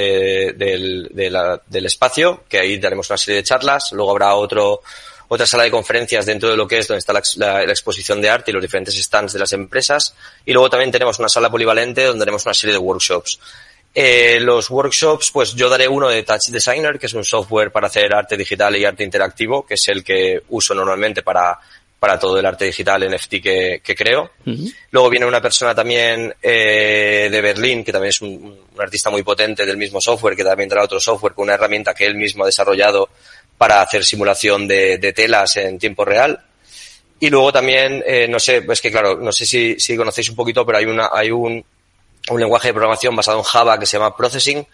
del espacio, que ahí daremos una serie de charlas. Luego habrá otra sala de conferencias dentro de lo que es donde está la exposición de arte y los diferentes stands de las empresas. Y luego también tenemos una sala polivalente donde haremos una serie de workshops. Los workshops, pues yo daré uno de Touch Designer, que es un software para hacer arte digital y arte interactivo, que es el que uso normalmente para todo el arte digital NFT que creo. Luego viene una persona también de Berlín, que también es un artista muy potente del mismo software, que también trae otro software con una herramienta que él mismo ha desarrollado para hacer simulación de telas en tiempo real. Y luego también, no sé si conocéis un poquito, pero hay un lenguaje de programación basado en Java que se llama Processing,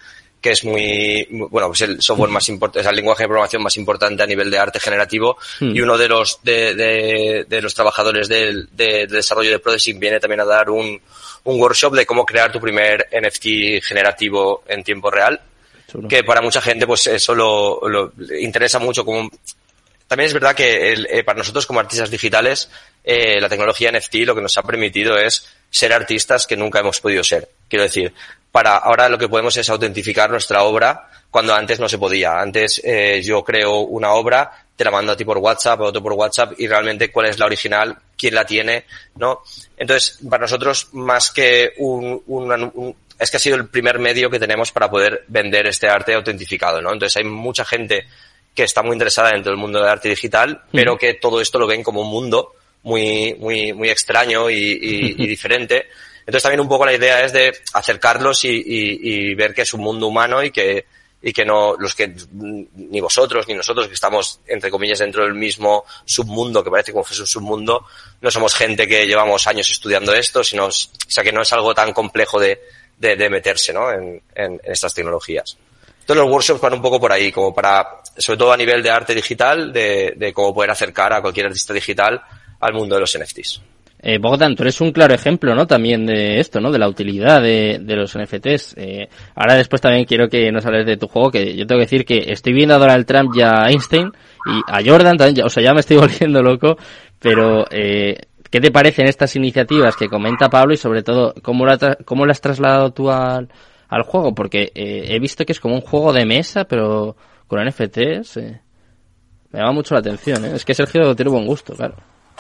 que es bueno, pues el software más importante, es el lenguaje de programación más importante a nivel de arte generativo, y uno de los los trabajadores del desarrollo de Prodesync viene también a dar un workshop de cómo crear tu primer NFT generativo en tiempo real, que para mucha gente pues eso lo interesa mucho. También es verdad que para nosotros como artistas digitales la tecnología NFT lo que nos ha permitido es ser artistas que nunca hemos podido ser. Quiero decir, ahora lo que podemos es autentificar nuestra obra cuando antes no se podía. Antes yo creo una obra, te la mando a ti por WhatsApp, a otro por WhatsApp, y realmente cuál es la original, quién la tiene, ¿no? Entonces, para nosotros, más que es que ha sido el primer medio que tenemos para poder vender este arte autentificado, ¿no? Entonces hay mucha gente que está muy interesada dentro del mundo del arte digital, pero que todo esto lo ven como un mundo muy, muy, muy extraño y diferente. Entonces también un poco la idea es de acercarlos y ver que es un mundo humano y que no, ni vosotros ni nosotros que estamos entre comillas dentro del mismo submundo, que parece como que es un submundo, no somos gente que llevamos años estudiando esto, o sea que no es algo tan complejo de meterse, ¿no? en estas tecnologías. Entonces los workshops van un poco por ahí, como sobre todo a nivel de arte digital, de cómo poder acercar a cualquier artista digital al mundo de los NFTs. Bogdan, tú eres un claro ejemplo, ¿no? También de esto, ¿no? De la utilidad de los NFTs. Ahora después también quiero que nos hables de tu juego, que yo tengo que decir que estoy viendo a Donald Trump y a Einstein y a Jordan también, ya me estoy volviendo loco, pero ¿qué te parecen estas iniciativas que comenta Pablo y sobre todo cómo lo has trasladado tú al juego? Porque he visto que es como un juego de mesa, pero con NFTs. Me llama mucho la atención, ¿eh? Es que Sergio tiene buen gusto, claro.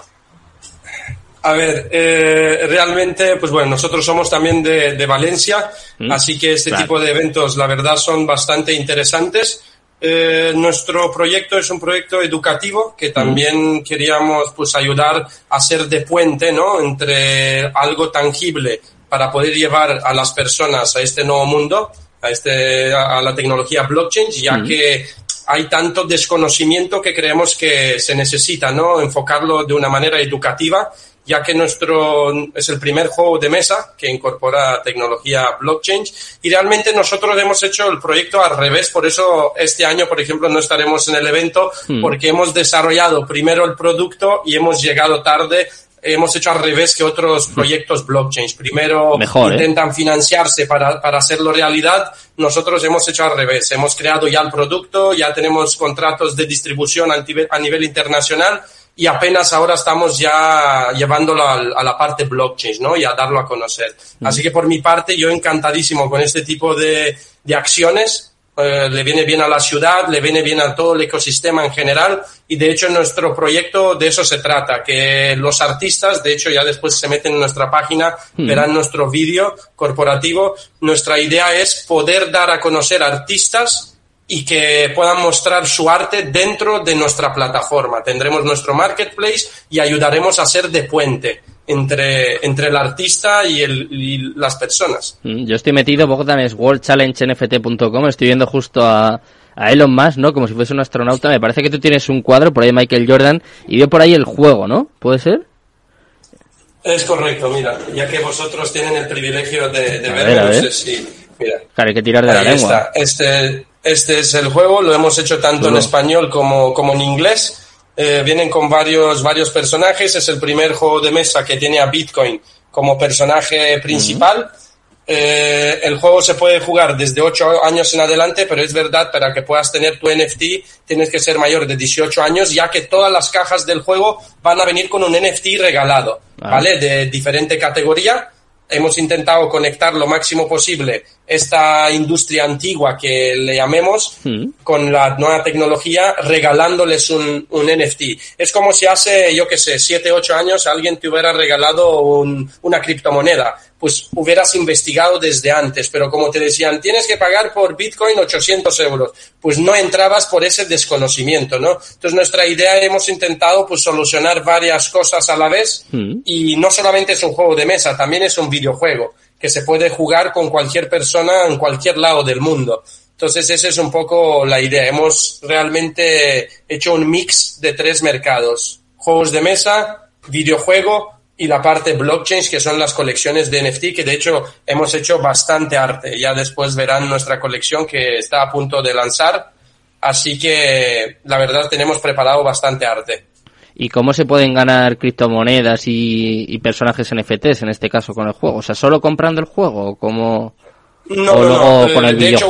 A ver, realmente, pues bueno, nosotros somos también de Valencia, así que tipo de eventos, la verdad, son bastante interesantes. Nuestro proyecto es un proyecto educativo que también queríamos, pues, ayudar a ser de puente, ¿no? Entre algo tangible para poder llevar a las personas a este nuevo mundo, a la tecnología blockchain, ya que hay tanto desconocimiento que creemos que se necesita, ¿no? Enfocarlo de una manera educativa, ya que es el primer juego de mesa que incorpora tecnología blockchain, y realmente nosotros hemos hecho el proyecto al revés. Por eso este año, por ejemplo, no estaremos en el evento, porque hemos desarrollado primero el producto y hemos llegado tarde. Hemos hecho al revés que otros proyectos blockchain. Primero intentan financiarse para hacerlo realidad. Nosotros hemos hecho al revés. Hemos creado ya el producto, ya tenemos contratos de distribución a nivel internacional, y apenas ahora estamos ya llevándolo a la parte blockchain, ¿no? Y a darlo a conocer. Así que por mi parte, yo encantadísimo con este tipo de acciones. Le viene bien a la ciudad, le viene bien a todo el ecosistema en general, y de hecho en nuestro proyecto de eso se trata, que los artistas, de hecho ya después se meten en nuestra página, verán nuestro vídeo corporativo. Nuestra idea es poder dar a conocer artistas y que puedan mostrar su arte dentro de nuestra plataforma. Tendremos nuestro marketplace y ayudaremos a ser de puente entre el artista y las personas. Yo estoy metido, Bogdan, es worldchallengenft.com, estoy viendo justo a Elon Musk, ¿no? Como si fuese un astronauta. Me parece que tú tienes un cuadro, por ahí Michael Jordan, y veo por ahí el juego, ¿no? ¿Puede ser? Es correcto, mira, ya que vosotros tienen el privilegio de verlo, no sé si... Mira. Claro, hay que tirar de la lengua. Está. Este es el juego, lo hemos hecho tanto en español como en inglés. Vienen con varios personajes. Es el primer juego de mesa que tiene a Bitcoin como personaje principal. El juego se puede jugar desde 8 años en adelante, pero es verdad, para que puedas tener tu NFT tienes que ser mayor de 18 años, ya que todas las cajas del juego van a venir con un NFT regalado, ¿vale? De diferente categoría. Hemos intentado conectar lo máximo posible esta industria antigua, que le llamemos, con la nueva tecnología, regalándoles un NFT. Es como si hace, 7, 8 años alguien te hubiera regalado una criptomoneda. Pues hubieras investigado desde antes, pero como te decían, tienes que pagar por Bitcoin 800 euros. Pues no entrabas por ese desconocimiento, ¿no? Entonces nuestra idea, hemos intentado pues solucionar varias cosas a la vez, y no solamente es un juego de mesa, también es un videojuego que se puede jugar con cualquier persona en cualquier lado del mundo. Entonces esa es un poco la idea. Hemos realmente hecho un mix de 3 mercados: juegos de mesa, videojuego y la parte blockchain, que son las colecciones de NFT, que de hecho hemos hecho bastante arte. Ya después verán nuestra colección que está a punto de lanzar, así que la verdad tenemos preparado bastante arte. ¿Y cómo se pueden ganar criptomonedas y personajes NFTs en este caso con el juego? O sea, ¿solo comprando el juego o cómo? No. Con el de hecho,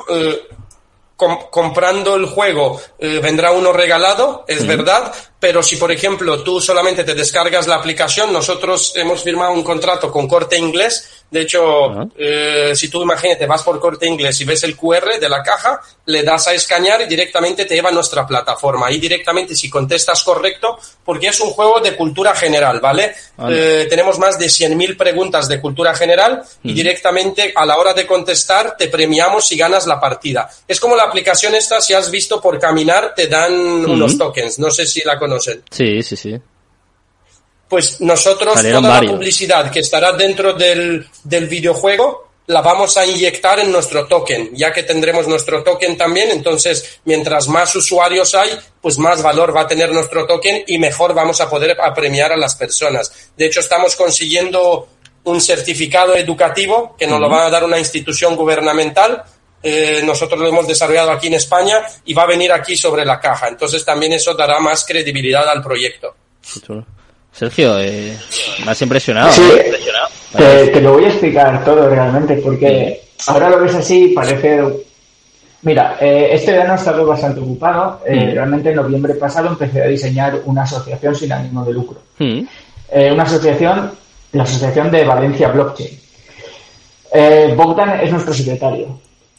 comprando el juego vendrá uno regalado, es verdad, pero si por ejemplo tú solamente te descargas la aplicación, nosotros hemos firmado un contrato con Corte Inglés. De hecho, si tú imagínate, vas por Corte Inglés y ves el QR de la caja, le das a escanear y directamente te lleva a nuestra plataforma. Y directamente, si contestas correcto, porque es un juego de cultura general, ¿vale? Tenemos más de 100.000 preguntas de cultura general y directamente a la hora de contestar te premiamos si ganas la partida. Es como la aplicación esta, si has visto por caminar, te dan unos tokens. No sé si la conocen. Sí. Pues nosotros toda la publicidad que estará dentro del videojuego la vamos a inyectar en nuestro token, ya que tendremos nuestro token también. Entonces, mientras más usuarios hay, pues más valor va a tener nuestro token y mejor vamos a poder premiar a las personas. De hecho, estamos consiguiendo un certificado educativo que nos lo va a dar una institución gubernamental. Nosotros lo hemos desarrollado aquí en España y va a venir aquí sobre la caja. Entonces, también eso dará más credibilidad al proyecto. Sergio, me has impresionado. Sí, te lo voy a explicar todo realmente, porque ahora lo ves así, parece... Mira, este verano he estado bastante ocupado. Realmente en noviembre pasado empecé a diseñar una asociación sin ánimo de lucro. Una asociación, la Asociación de Valencia Blockchain. Bogdan es nuestro secretario.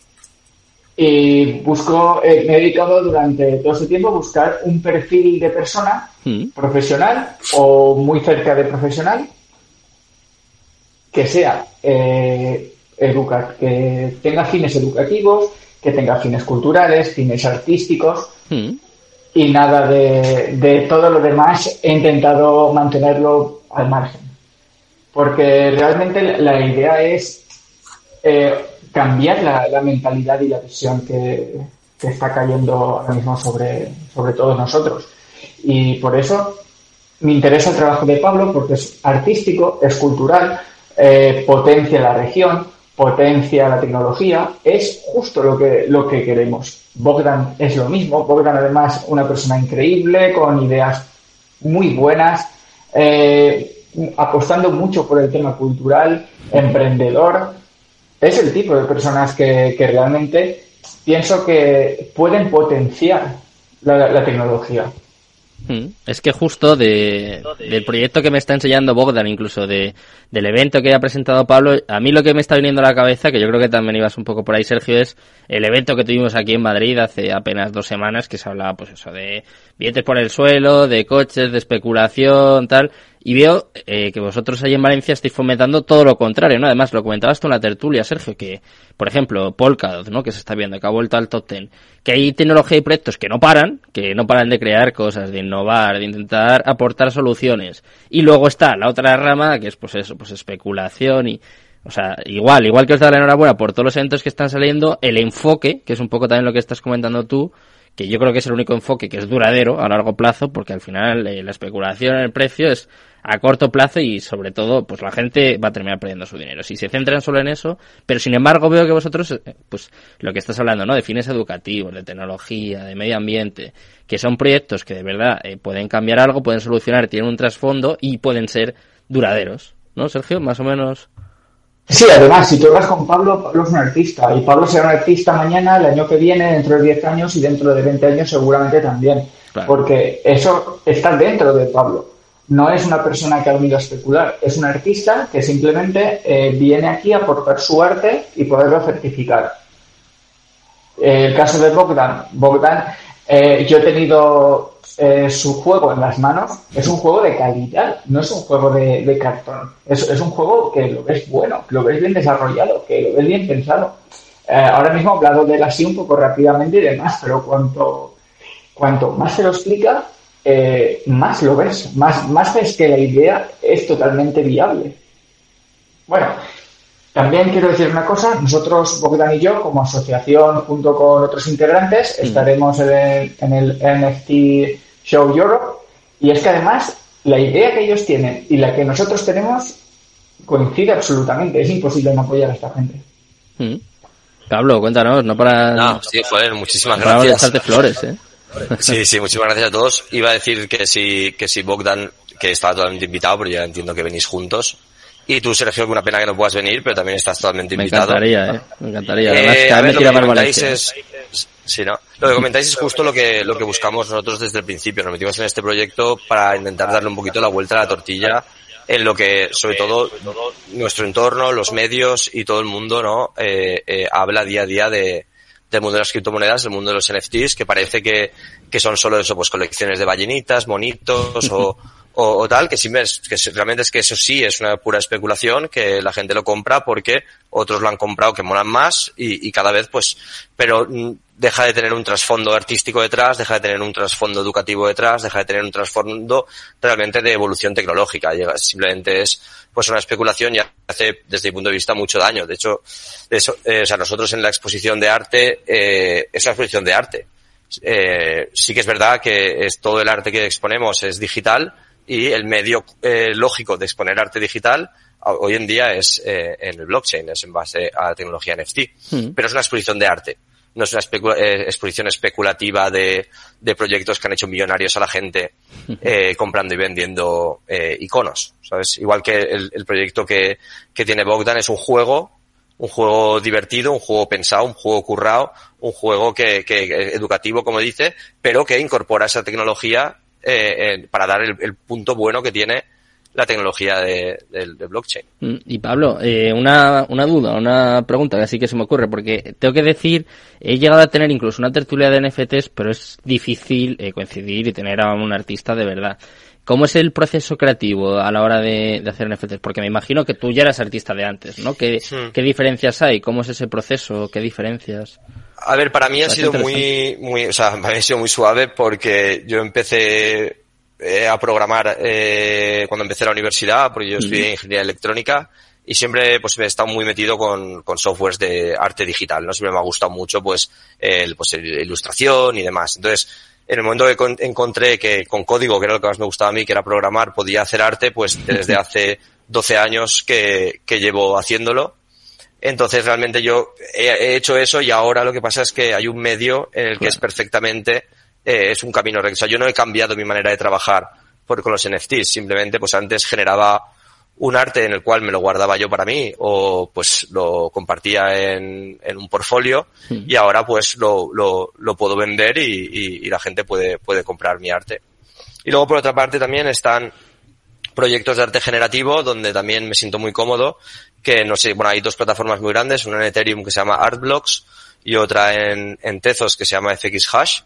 Y me he dedicado durante todo ese tiempo a buscar un perfil de persona profesional o muy cerca de profesional que sea que tenga fines educativos, que tenga fines culturales, fines artísticos y nada de todo lo demás. He intentado mantenerlo al margen porque realmente la idea es cambiar la mentalidad y la visión que está cayendo ahora mismo sobre todos nosotros. Y por eso me interesa el trabajo de Pablo, porque es artístico, es cultural, potencia la región, potencia la tecnología, es justo lo que queremos. Bogdan es lo mismo. Bogdan, además, una persona increíble, con ideas muy buenas, apostando mucho por el tema cultural, emprendedor. Es el tipo de personas que realmente pienso que pueden potenciar la tecnología. Es que justo del proyecto que me está enseñando Bogdan, incluso del evento que ha presentado Pablo, a mí lo que me está viniendo a la cabeza, que yo creo que también ibas un poco por ahí, Sergio, es el evento que tuvimos aquí en Madrid hace apenas 2 semanas, que se hablaba pues eso de billetes por el suelo, de coches, de especulación, tal. Y veo que vosotros ahí en Valencia estáis fomentando todo lo contrario, ¿no? Además, lo comentabas tú en la tertulia, Sergio, que, por ejemplo, Polkadot, ¿no? Que se está viendo, que ha vuelto al top 10. Que hay tecnología y proyectos que no paran de crear cosas, de innovar, de intentar aportar soluciones. Y luego está la otra rama, que es pues eso, pues especulación y... O sea, igual que os da la enhorabuena por todos los eventos que están saliendo, el enfoque, que es un poco también lo que estás comentando tú, que yo creo que es el único enfoque que es duradero a largo plazo, porque al final la especulación en el precio es a corto plazo y sobre todo pues la gente va a terminar perdiendo su dinero si se centran solo en eso. Pero sin embargo veo que vosotros pues lo que estás hablando, ¿no? De fines educativos, de tecnología, de medio ambiente, que son proyectos que de verdad pueden cambiar algo, pueden solucionar, tienen un trasfondo y pueden ser duraderos, ¿no, Sergio? Más o menos. Sí, además, si tú hablas con Pablo es un artista, y Pablo será un artista mañana, el año que viene, dentro de 10 años y dentro de 20 años seguramente también, claro. Porque eso está dentro de Pablo. No es una persona que ha venido a especular, es un artista que simplemente viene aquí a aportar su arte y poderlo certificar. El caso de Bogdan, yo he tenido su juego en las manos, es un juego de calidad, no es un juego de cartón, es un juego que lo ves bueno, que lo ves bien desarrollado, que lo ves bien pensado. Ahora mismo he hablado de él así un poco rápidamente y demás, pero cuanto más se lo explica, más lo ves, más ves que la idea es totalmente viable. Bueno, también quiero decir una cosa, nosotros, Bogdan y yo, como asociación, junto con otros integrantes, estaremos en el NFT Show Europe, y es que además la idea que ellos tienen y la que nosotros tenemos coincide absolutamente. Es imposible no apoyar a esta gente. Pablo, cuéntanos, no para... No, sí, joder, muchísimas para gracias. echarte flores, ¿eh? Sí, muchísimas gracias a todos. Iba a decir que si Bogdan, que estaba totalmente invitado, pero ya entiendo que venís juntos. Y tú, Sergio, que una pena que no puedas venir, pero también estás totalmente invitado. Me encantaría. Además, a ver, lo que comentáis lo que comentáis es justo lo que buscamos nosotros desde el principio. Nos metimos en este proyecto para intentar darle un poquito la vuelta a la tortilla en lo que, sobre todo, nuestro entorno, los medios y todo el mundo, ¿no? Habla día a día del mundo de las criptomonedas, del mundo de los NFTs, que parece que son solo eso, pues colecciones de ballenitas, monitos o tal, que realmente es que eso sí es una pura especulación, que la gente lo compra porque otros lo han comprado que molan más y cada vez pues, pero deja de tener un trasfondo artístico detrás, deja de tener un trasfondo educativo detrás, deja de tener un trasfondo realmente de evolución tecnológica. Simplemente es pues una especulación y hace desde mi punto de vista mucho daño. De hecho, nosotros en la exposición de arte, es una exposición de arte. Sí que es verdad que todo el arte que exponemos es digital y el medio lógico de exponer arte digital hoy en día es en el blockchain, es en base a la tecnología NFT. Pero es una exposición de arte. No es una exposición especulativa de proyectos que han hecho millonarios a la gente comprando y vendiendo iconos, ¿sabes? Igual que el proyecto que tiene Bogdan es un juego divertido, un juego pensado, un juego currado, un juego que educativo, como dice, pero que incorpora esa tecnología para dar el punto bueno que tiene la tecnología de blockchain. Y Pablo, una duda, una pregunta que así que se me ocurre, porque tengo que decir, he llegado a tener incluso una tertulia de NFTs, pero es difícil coincidir y tener a un artista de verdad. ¿Cómo es el proceso creativo a la hora de hacer NFTs? Porque me imagino que tú ya eras artista de antes, ¿no? ¿Qué diferencias hay? ¿Cómo es ese proceso? ¿Qué diferencias? A ver, para mí ha sido muy suave porque yo empecé a programar cuando empecé la universidad, porque yo estudié ingeniería electrónica y siempre pues he estado muy metido con softwares de arte digital, ¿no? Siempre me ha gustado mucho pues ilustración y demás. Entonces, en el momento que encontré que con código, que era lo que más me gustaba a mí, que era programar, podía hacer arte, pues desde hace 12 años que llevo haciéndolo. Entonces realmente yo he hecho eso y ahora lo que pasa es que hay un medio en el que es perfectamente, es un camino recto. O sea, yo no he cambiado mi manera de trabajar con los NFTs, simplemente pues antes generaba un arte en el cual me lo guardaba yo para mí o pues lo compartía en un portfolio y ahora pues lo puedo vender y la gente puede comprar mi arte. Y luego por otra parte también están proyectos de arte generativo donde también me siento muy cómodo, que no sé, bueno, hay dos plataformas muy grandes, una en Ethereum que se llama Artblocks y otra en Tezos que se llama FXHash,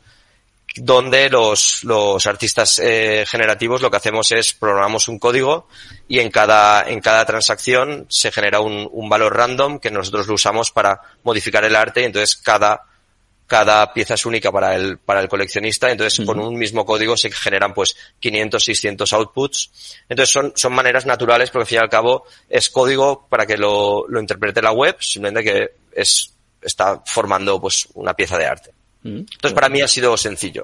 donde los artistas generativos lo que hacemos es programamos un código y en cada transacción se genera un valor random que nosotros lo usamos para modificar el arte y entonces cada pieza es única para el coleccionista, entonces con un mismo código se generan pues 500, 600 outputs. Entonces son maneras naturales porque al fin y al cabo es código para que lo interprete la web, simplemente que está formando pues una pieza de arte. Entonces para mí ha sido sencillo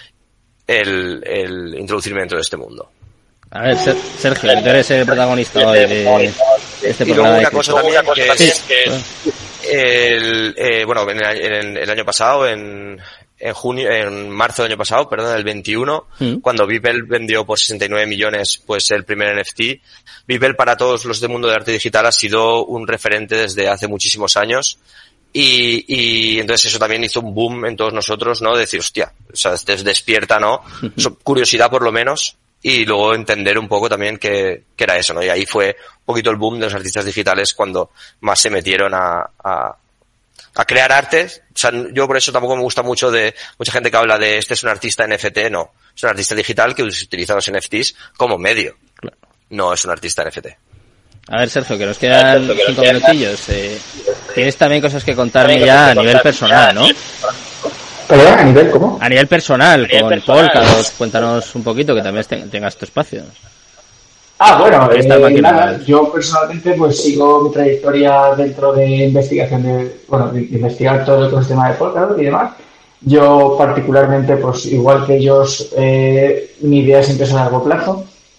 el introducirme dentro de este mundo. A ver, Sergio, tú eres el protagonista hoy de este programa. Y luego una cosa también que es bueno, en el año pasado, en marzo del año pasado, perdón, el 21, cuando Beeple vendió por 69 millones, pues el primer NFT. Beeple para todos los del mundo del arte digital ha sido un referente desde hace muchísimos años. Y entonces eso también hizo un boom en todos nosotros, ¿no? Decir, hostia, o sea, despierta, ¿no? Curiosidad por lo menos. Y luego entender un poco también que era eso, ¿no? Y ahí fue un poquito el boom de los artistas digitales cuando más se metieron a crear arte. O sea, yo por eso tampoco me gusta mucho de mucha gente que habla de este es un artista NFT, no. Es un artista digital que utiliza los NFTs como medio. Claro. No es un artista NFT. A ver, Sergio, que nos quedan 5 minutillos. Tienes también cosas que contarme ya a nivel personal, ¿no? ¿Perdón? ¿A nivel cómo? A nivel personal, con Polkadot, cuéntanos un poquito que también tengas tu espacio. Bueno, nada, yo personalmente pues sigo mi trayectoria dentro de investigación de investigar todo el ecosistema de Polkadot y demás. Yo particularmente, pues igual que ellos, mi idea siempre es a largo plazo.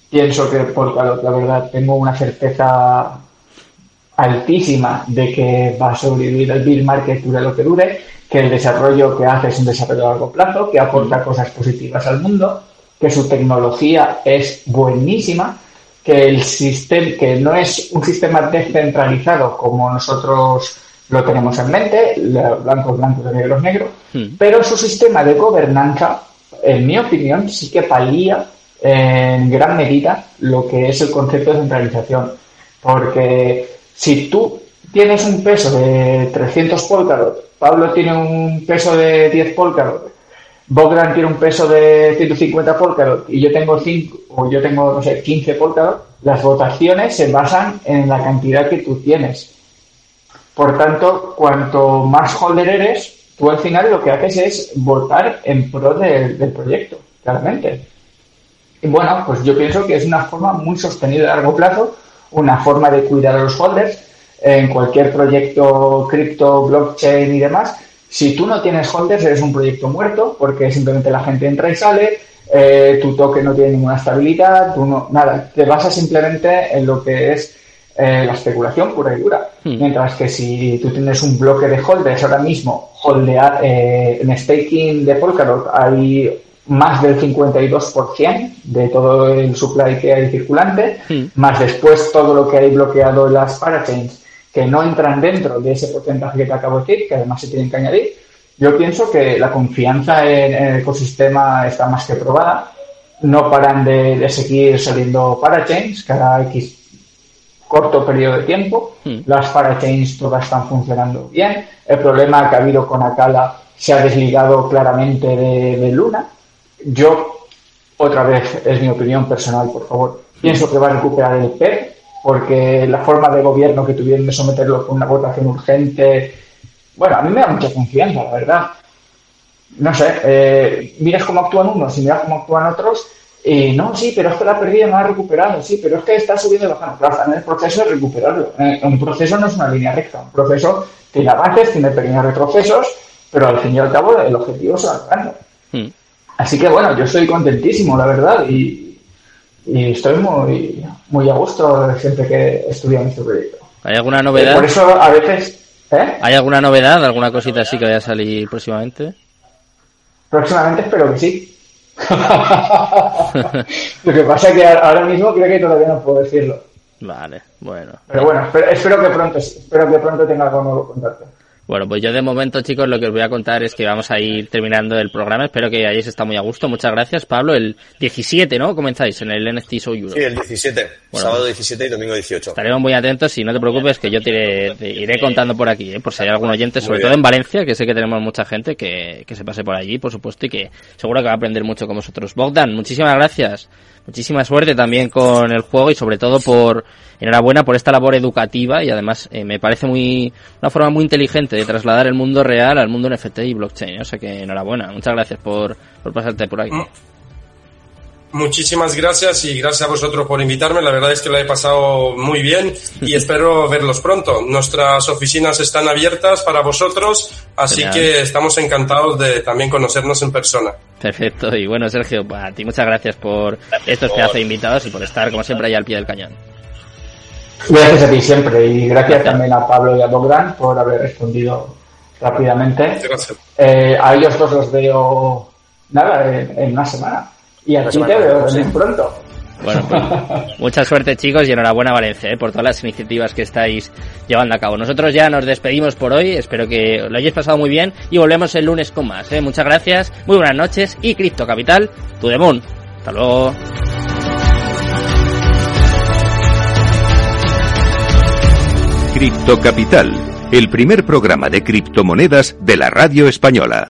pienso que Polkadot, la verdad, tengo una certeza altísima de que va a sobrevivir el bear market dure lo que dure, que el desarrollo que hace es un desarrollo a largo plazo, que aporta cosas positivas al mundo, que su tecnología es buenísima, que el sistema, que no es un sistema descentralizado como nosotros lo tenemos en mente, blancos, blancos, negros, negros, pero su sistema de gobernanza, en mi opinión, sí que palía en gran medida lo que es el concepto de centralización. Porque si tú tienes un peso de 300 Polkadot, Pablo tiene un peso de 10 Polkadot, Bogdan tiene un peso de 150 Polkadot y yo tengo 5 o yo tengo, no sé, 15 Polkadot, las votaciones se basan en la cantidad que tú tienes. Por tanto, cuanto más holder eres, tú al final lo que haces es votar en pro del proyecto, claramente. Y bueno, pues yo pienso que es una forma muy sostenida a largo plazo, una forma de cuidar a los holders en cualquier proyecto cripto, blockchain y demás. Si tú no tienes holders, eres un proyecto muerto, porque simplemente la gente entra y sale, tu token no tiene ninguna estabilidad, nada, te basas simplemente en lo que es la especulación pura y dura. Mientras que si tú tienes un bloque de holders ahora mismo, en staking de Polkadot hay más del 52% de todo el supply que hay circulante, más después todo lo que hay bloqueado en las parachains que no entran dentro de ese porcentaje que te acabo de decir, que además se tienen que añadir. Yo pienso que la confianza en el ecosistema está más que probada. No paran de seguir saliendo parachains cada X corto periodo de tiempo. Las parachains todas están funcionando bien. El problema que ha habido con Acala se ha desligado claramente de Luna. Yo, otra vez, es mi opinión personal, por favor, pienso que va a recuperar el PER, porque la forma de gobierno que tuvieron de someterlo con una votación urgente, bueno, a mí me da mucha confianza, la verdad. No sé, miras cómo actúan unos y miras cómo actúan otros, y no, sí, pero es que la ha perdido, no la ha recuperado, sí, pero es que está subiendo y bajando. Claro, en el proceso de recuperarlo. Un proceso no es una línea recta, un proceso tiene avances, tiene pequeños retrocesos, pero al fin y al cabo el objetivo es alcanzarlo. Así que bueno, yo estoy contentísimo, la verdad, y estoy muy a gusto siempre que estudio en este proyecto. ¿Hay alguna novedad? Por eso a veces... ¿Hay alguna novedad, alguna cosita así que vaya a salir próximamente? Próximamente espero que sí. Lo que pasa es que ahora mismo creo que todavía no puedo decirlo. Vale, bueno. Pero bueno, espero que pronto tenga algo nuevo que contarte. Bueno, pues yo de momento, chicos, lo que os voy a contar es que vamos a ir terminando el programa. Espero que hayáis estado muy a gusto. Muchas gracias, Pablo. El 17, ¿no? Comenzáis en el NFT Show Europe. Sí, el 17. Bueno, sábado 17 y domingo 18. Estaremos muy atentos y no te preocupes que yo te iré contando por aquí, por si hay algún oyente, sobre todo en Valencia, que sé que tenemos mucha gente que se pase por allí, por supuesto, y que seguro que va a aprender mucho con vosotros. Bogdan, muchísimas gracias. Muchísima suerte también con el juego y sobre todo enhorabuena por esta labor educativa y además me parece una forma muy inteligente de trasladar el mundo real al mundo NFT y blockchain. O sea que enhorabuena. Muchas gracias por pasarte por aquí. Muchísimas gracias y gracias a vosotros por invitarme. La verdad es que la he pasado muy bien y espero verlos pronto. Nuestras oficinas están abiertas para vosotros, así Genial. Que estamos encantados de también conocernos en persona. Perfecto. Y bueno, Sergio, a ti muchas gracias por estos pedazos de invitados y por estar, como siempre, ahí al pie del cañón. Gracias a ti siempre y gracias también a Pablo y a Bogdan por haber respondido rápidamente. Gracias. A ellos dos los veo, en una semana. Y a ti te veo pronto. Bueno, pues, mucha suerte, chicos, y enhorabuena, Valencia, por todas las iniciativas que estáis llevando a cabo. Nosotros ya nos despedimos por hoy, espero que lo hayáis pasado muy bien y volvemos el lunes con más. Muchas gracias, muy buenas noches y Cripto Capital, to the moon. Hasta luego. Cripto Capital, el primer programa de criptomonedas de la radio española.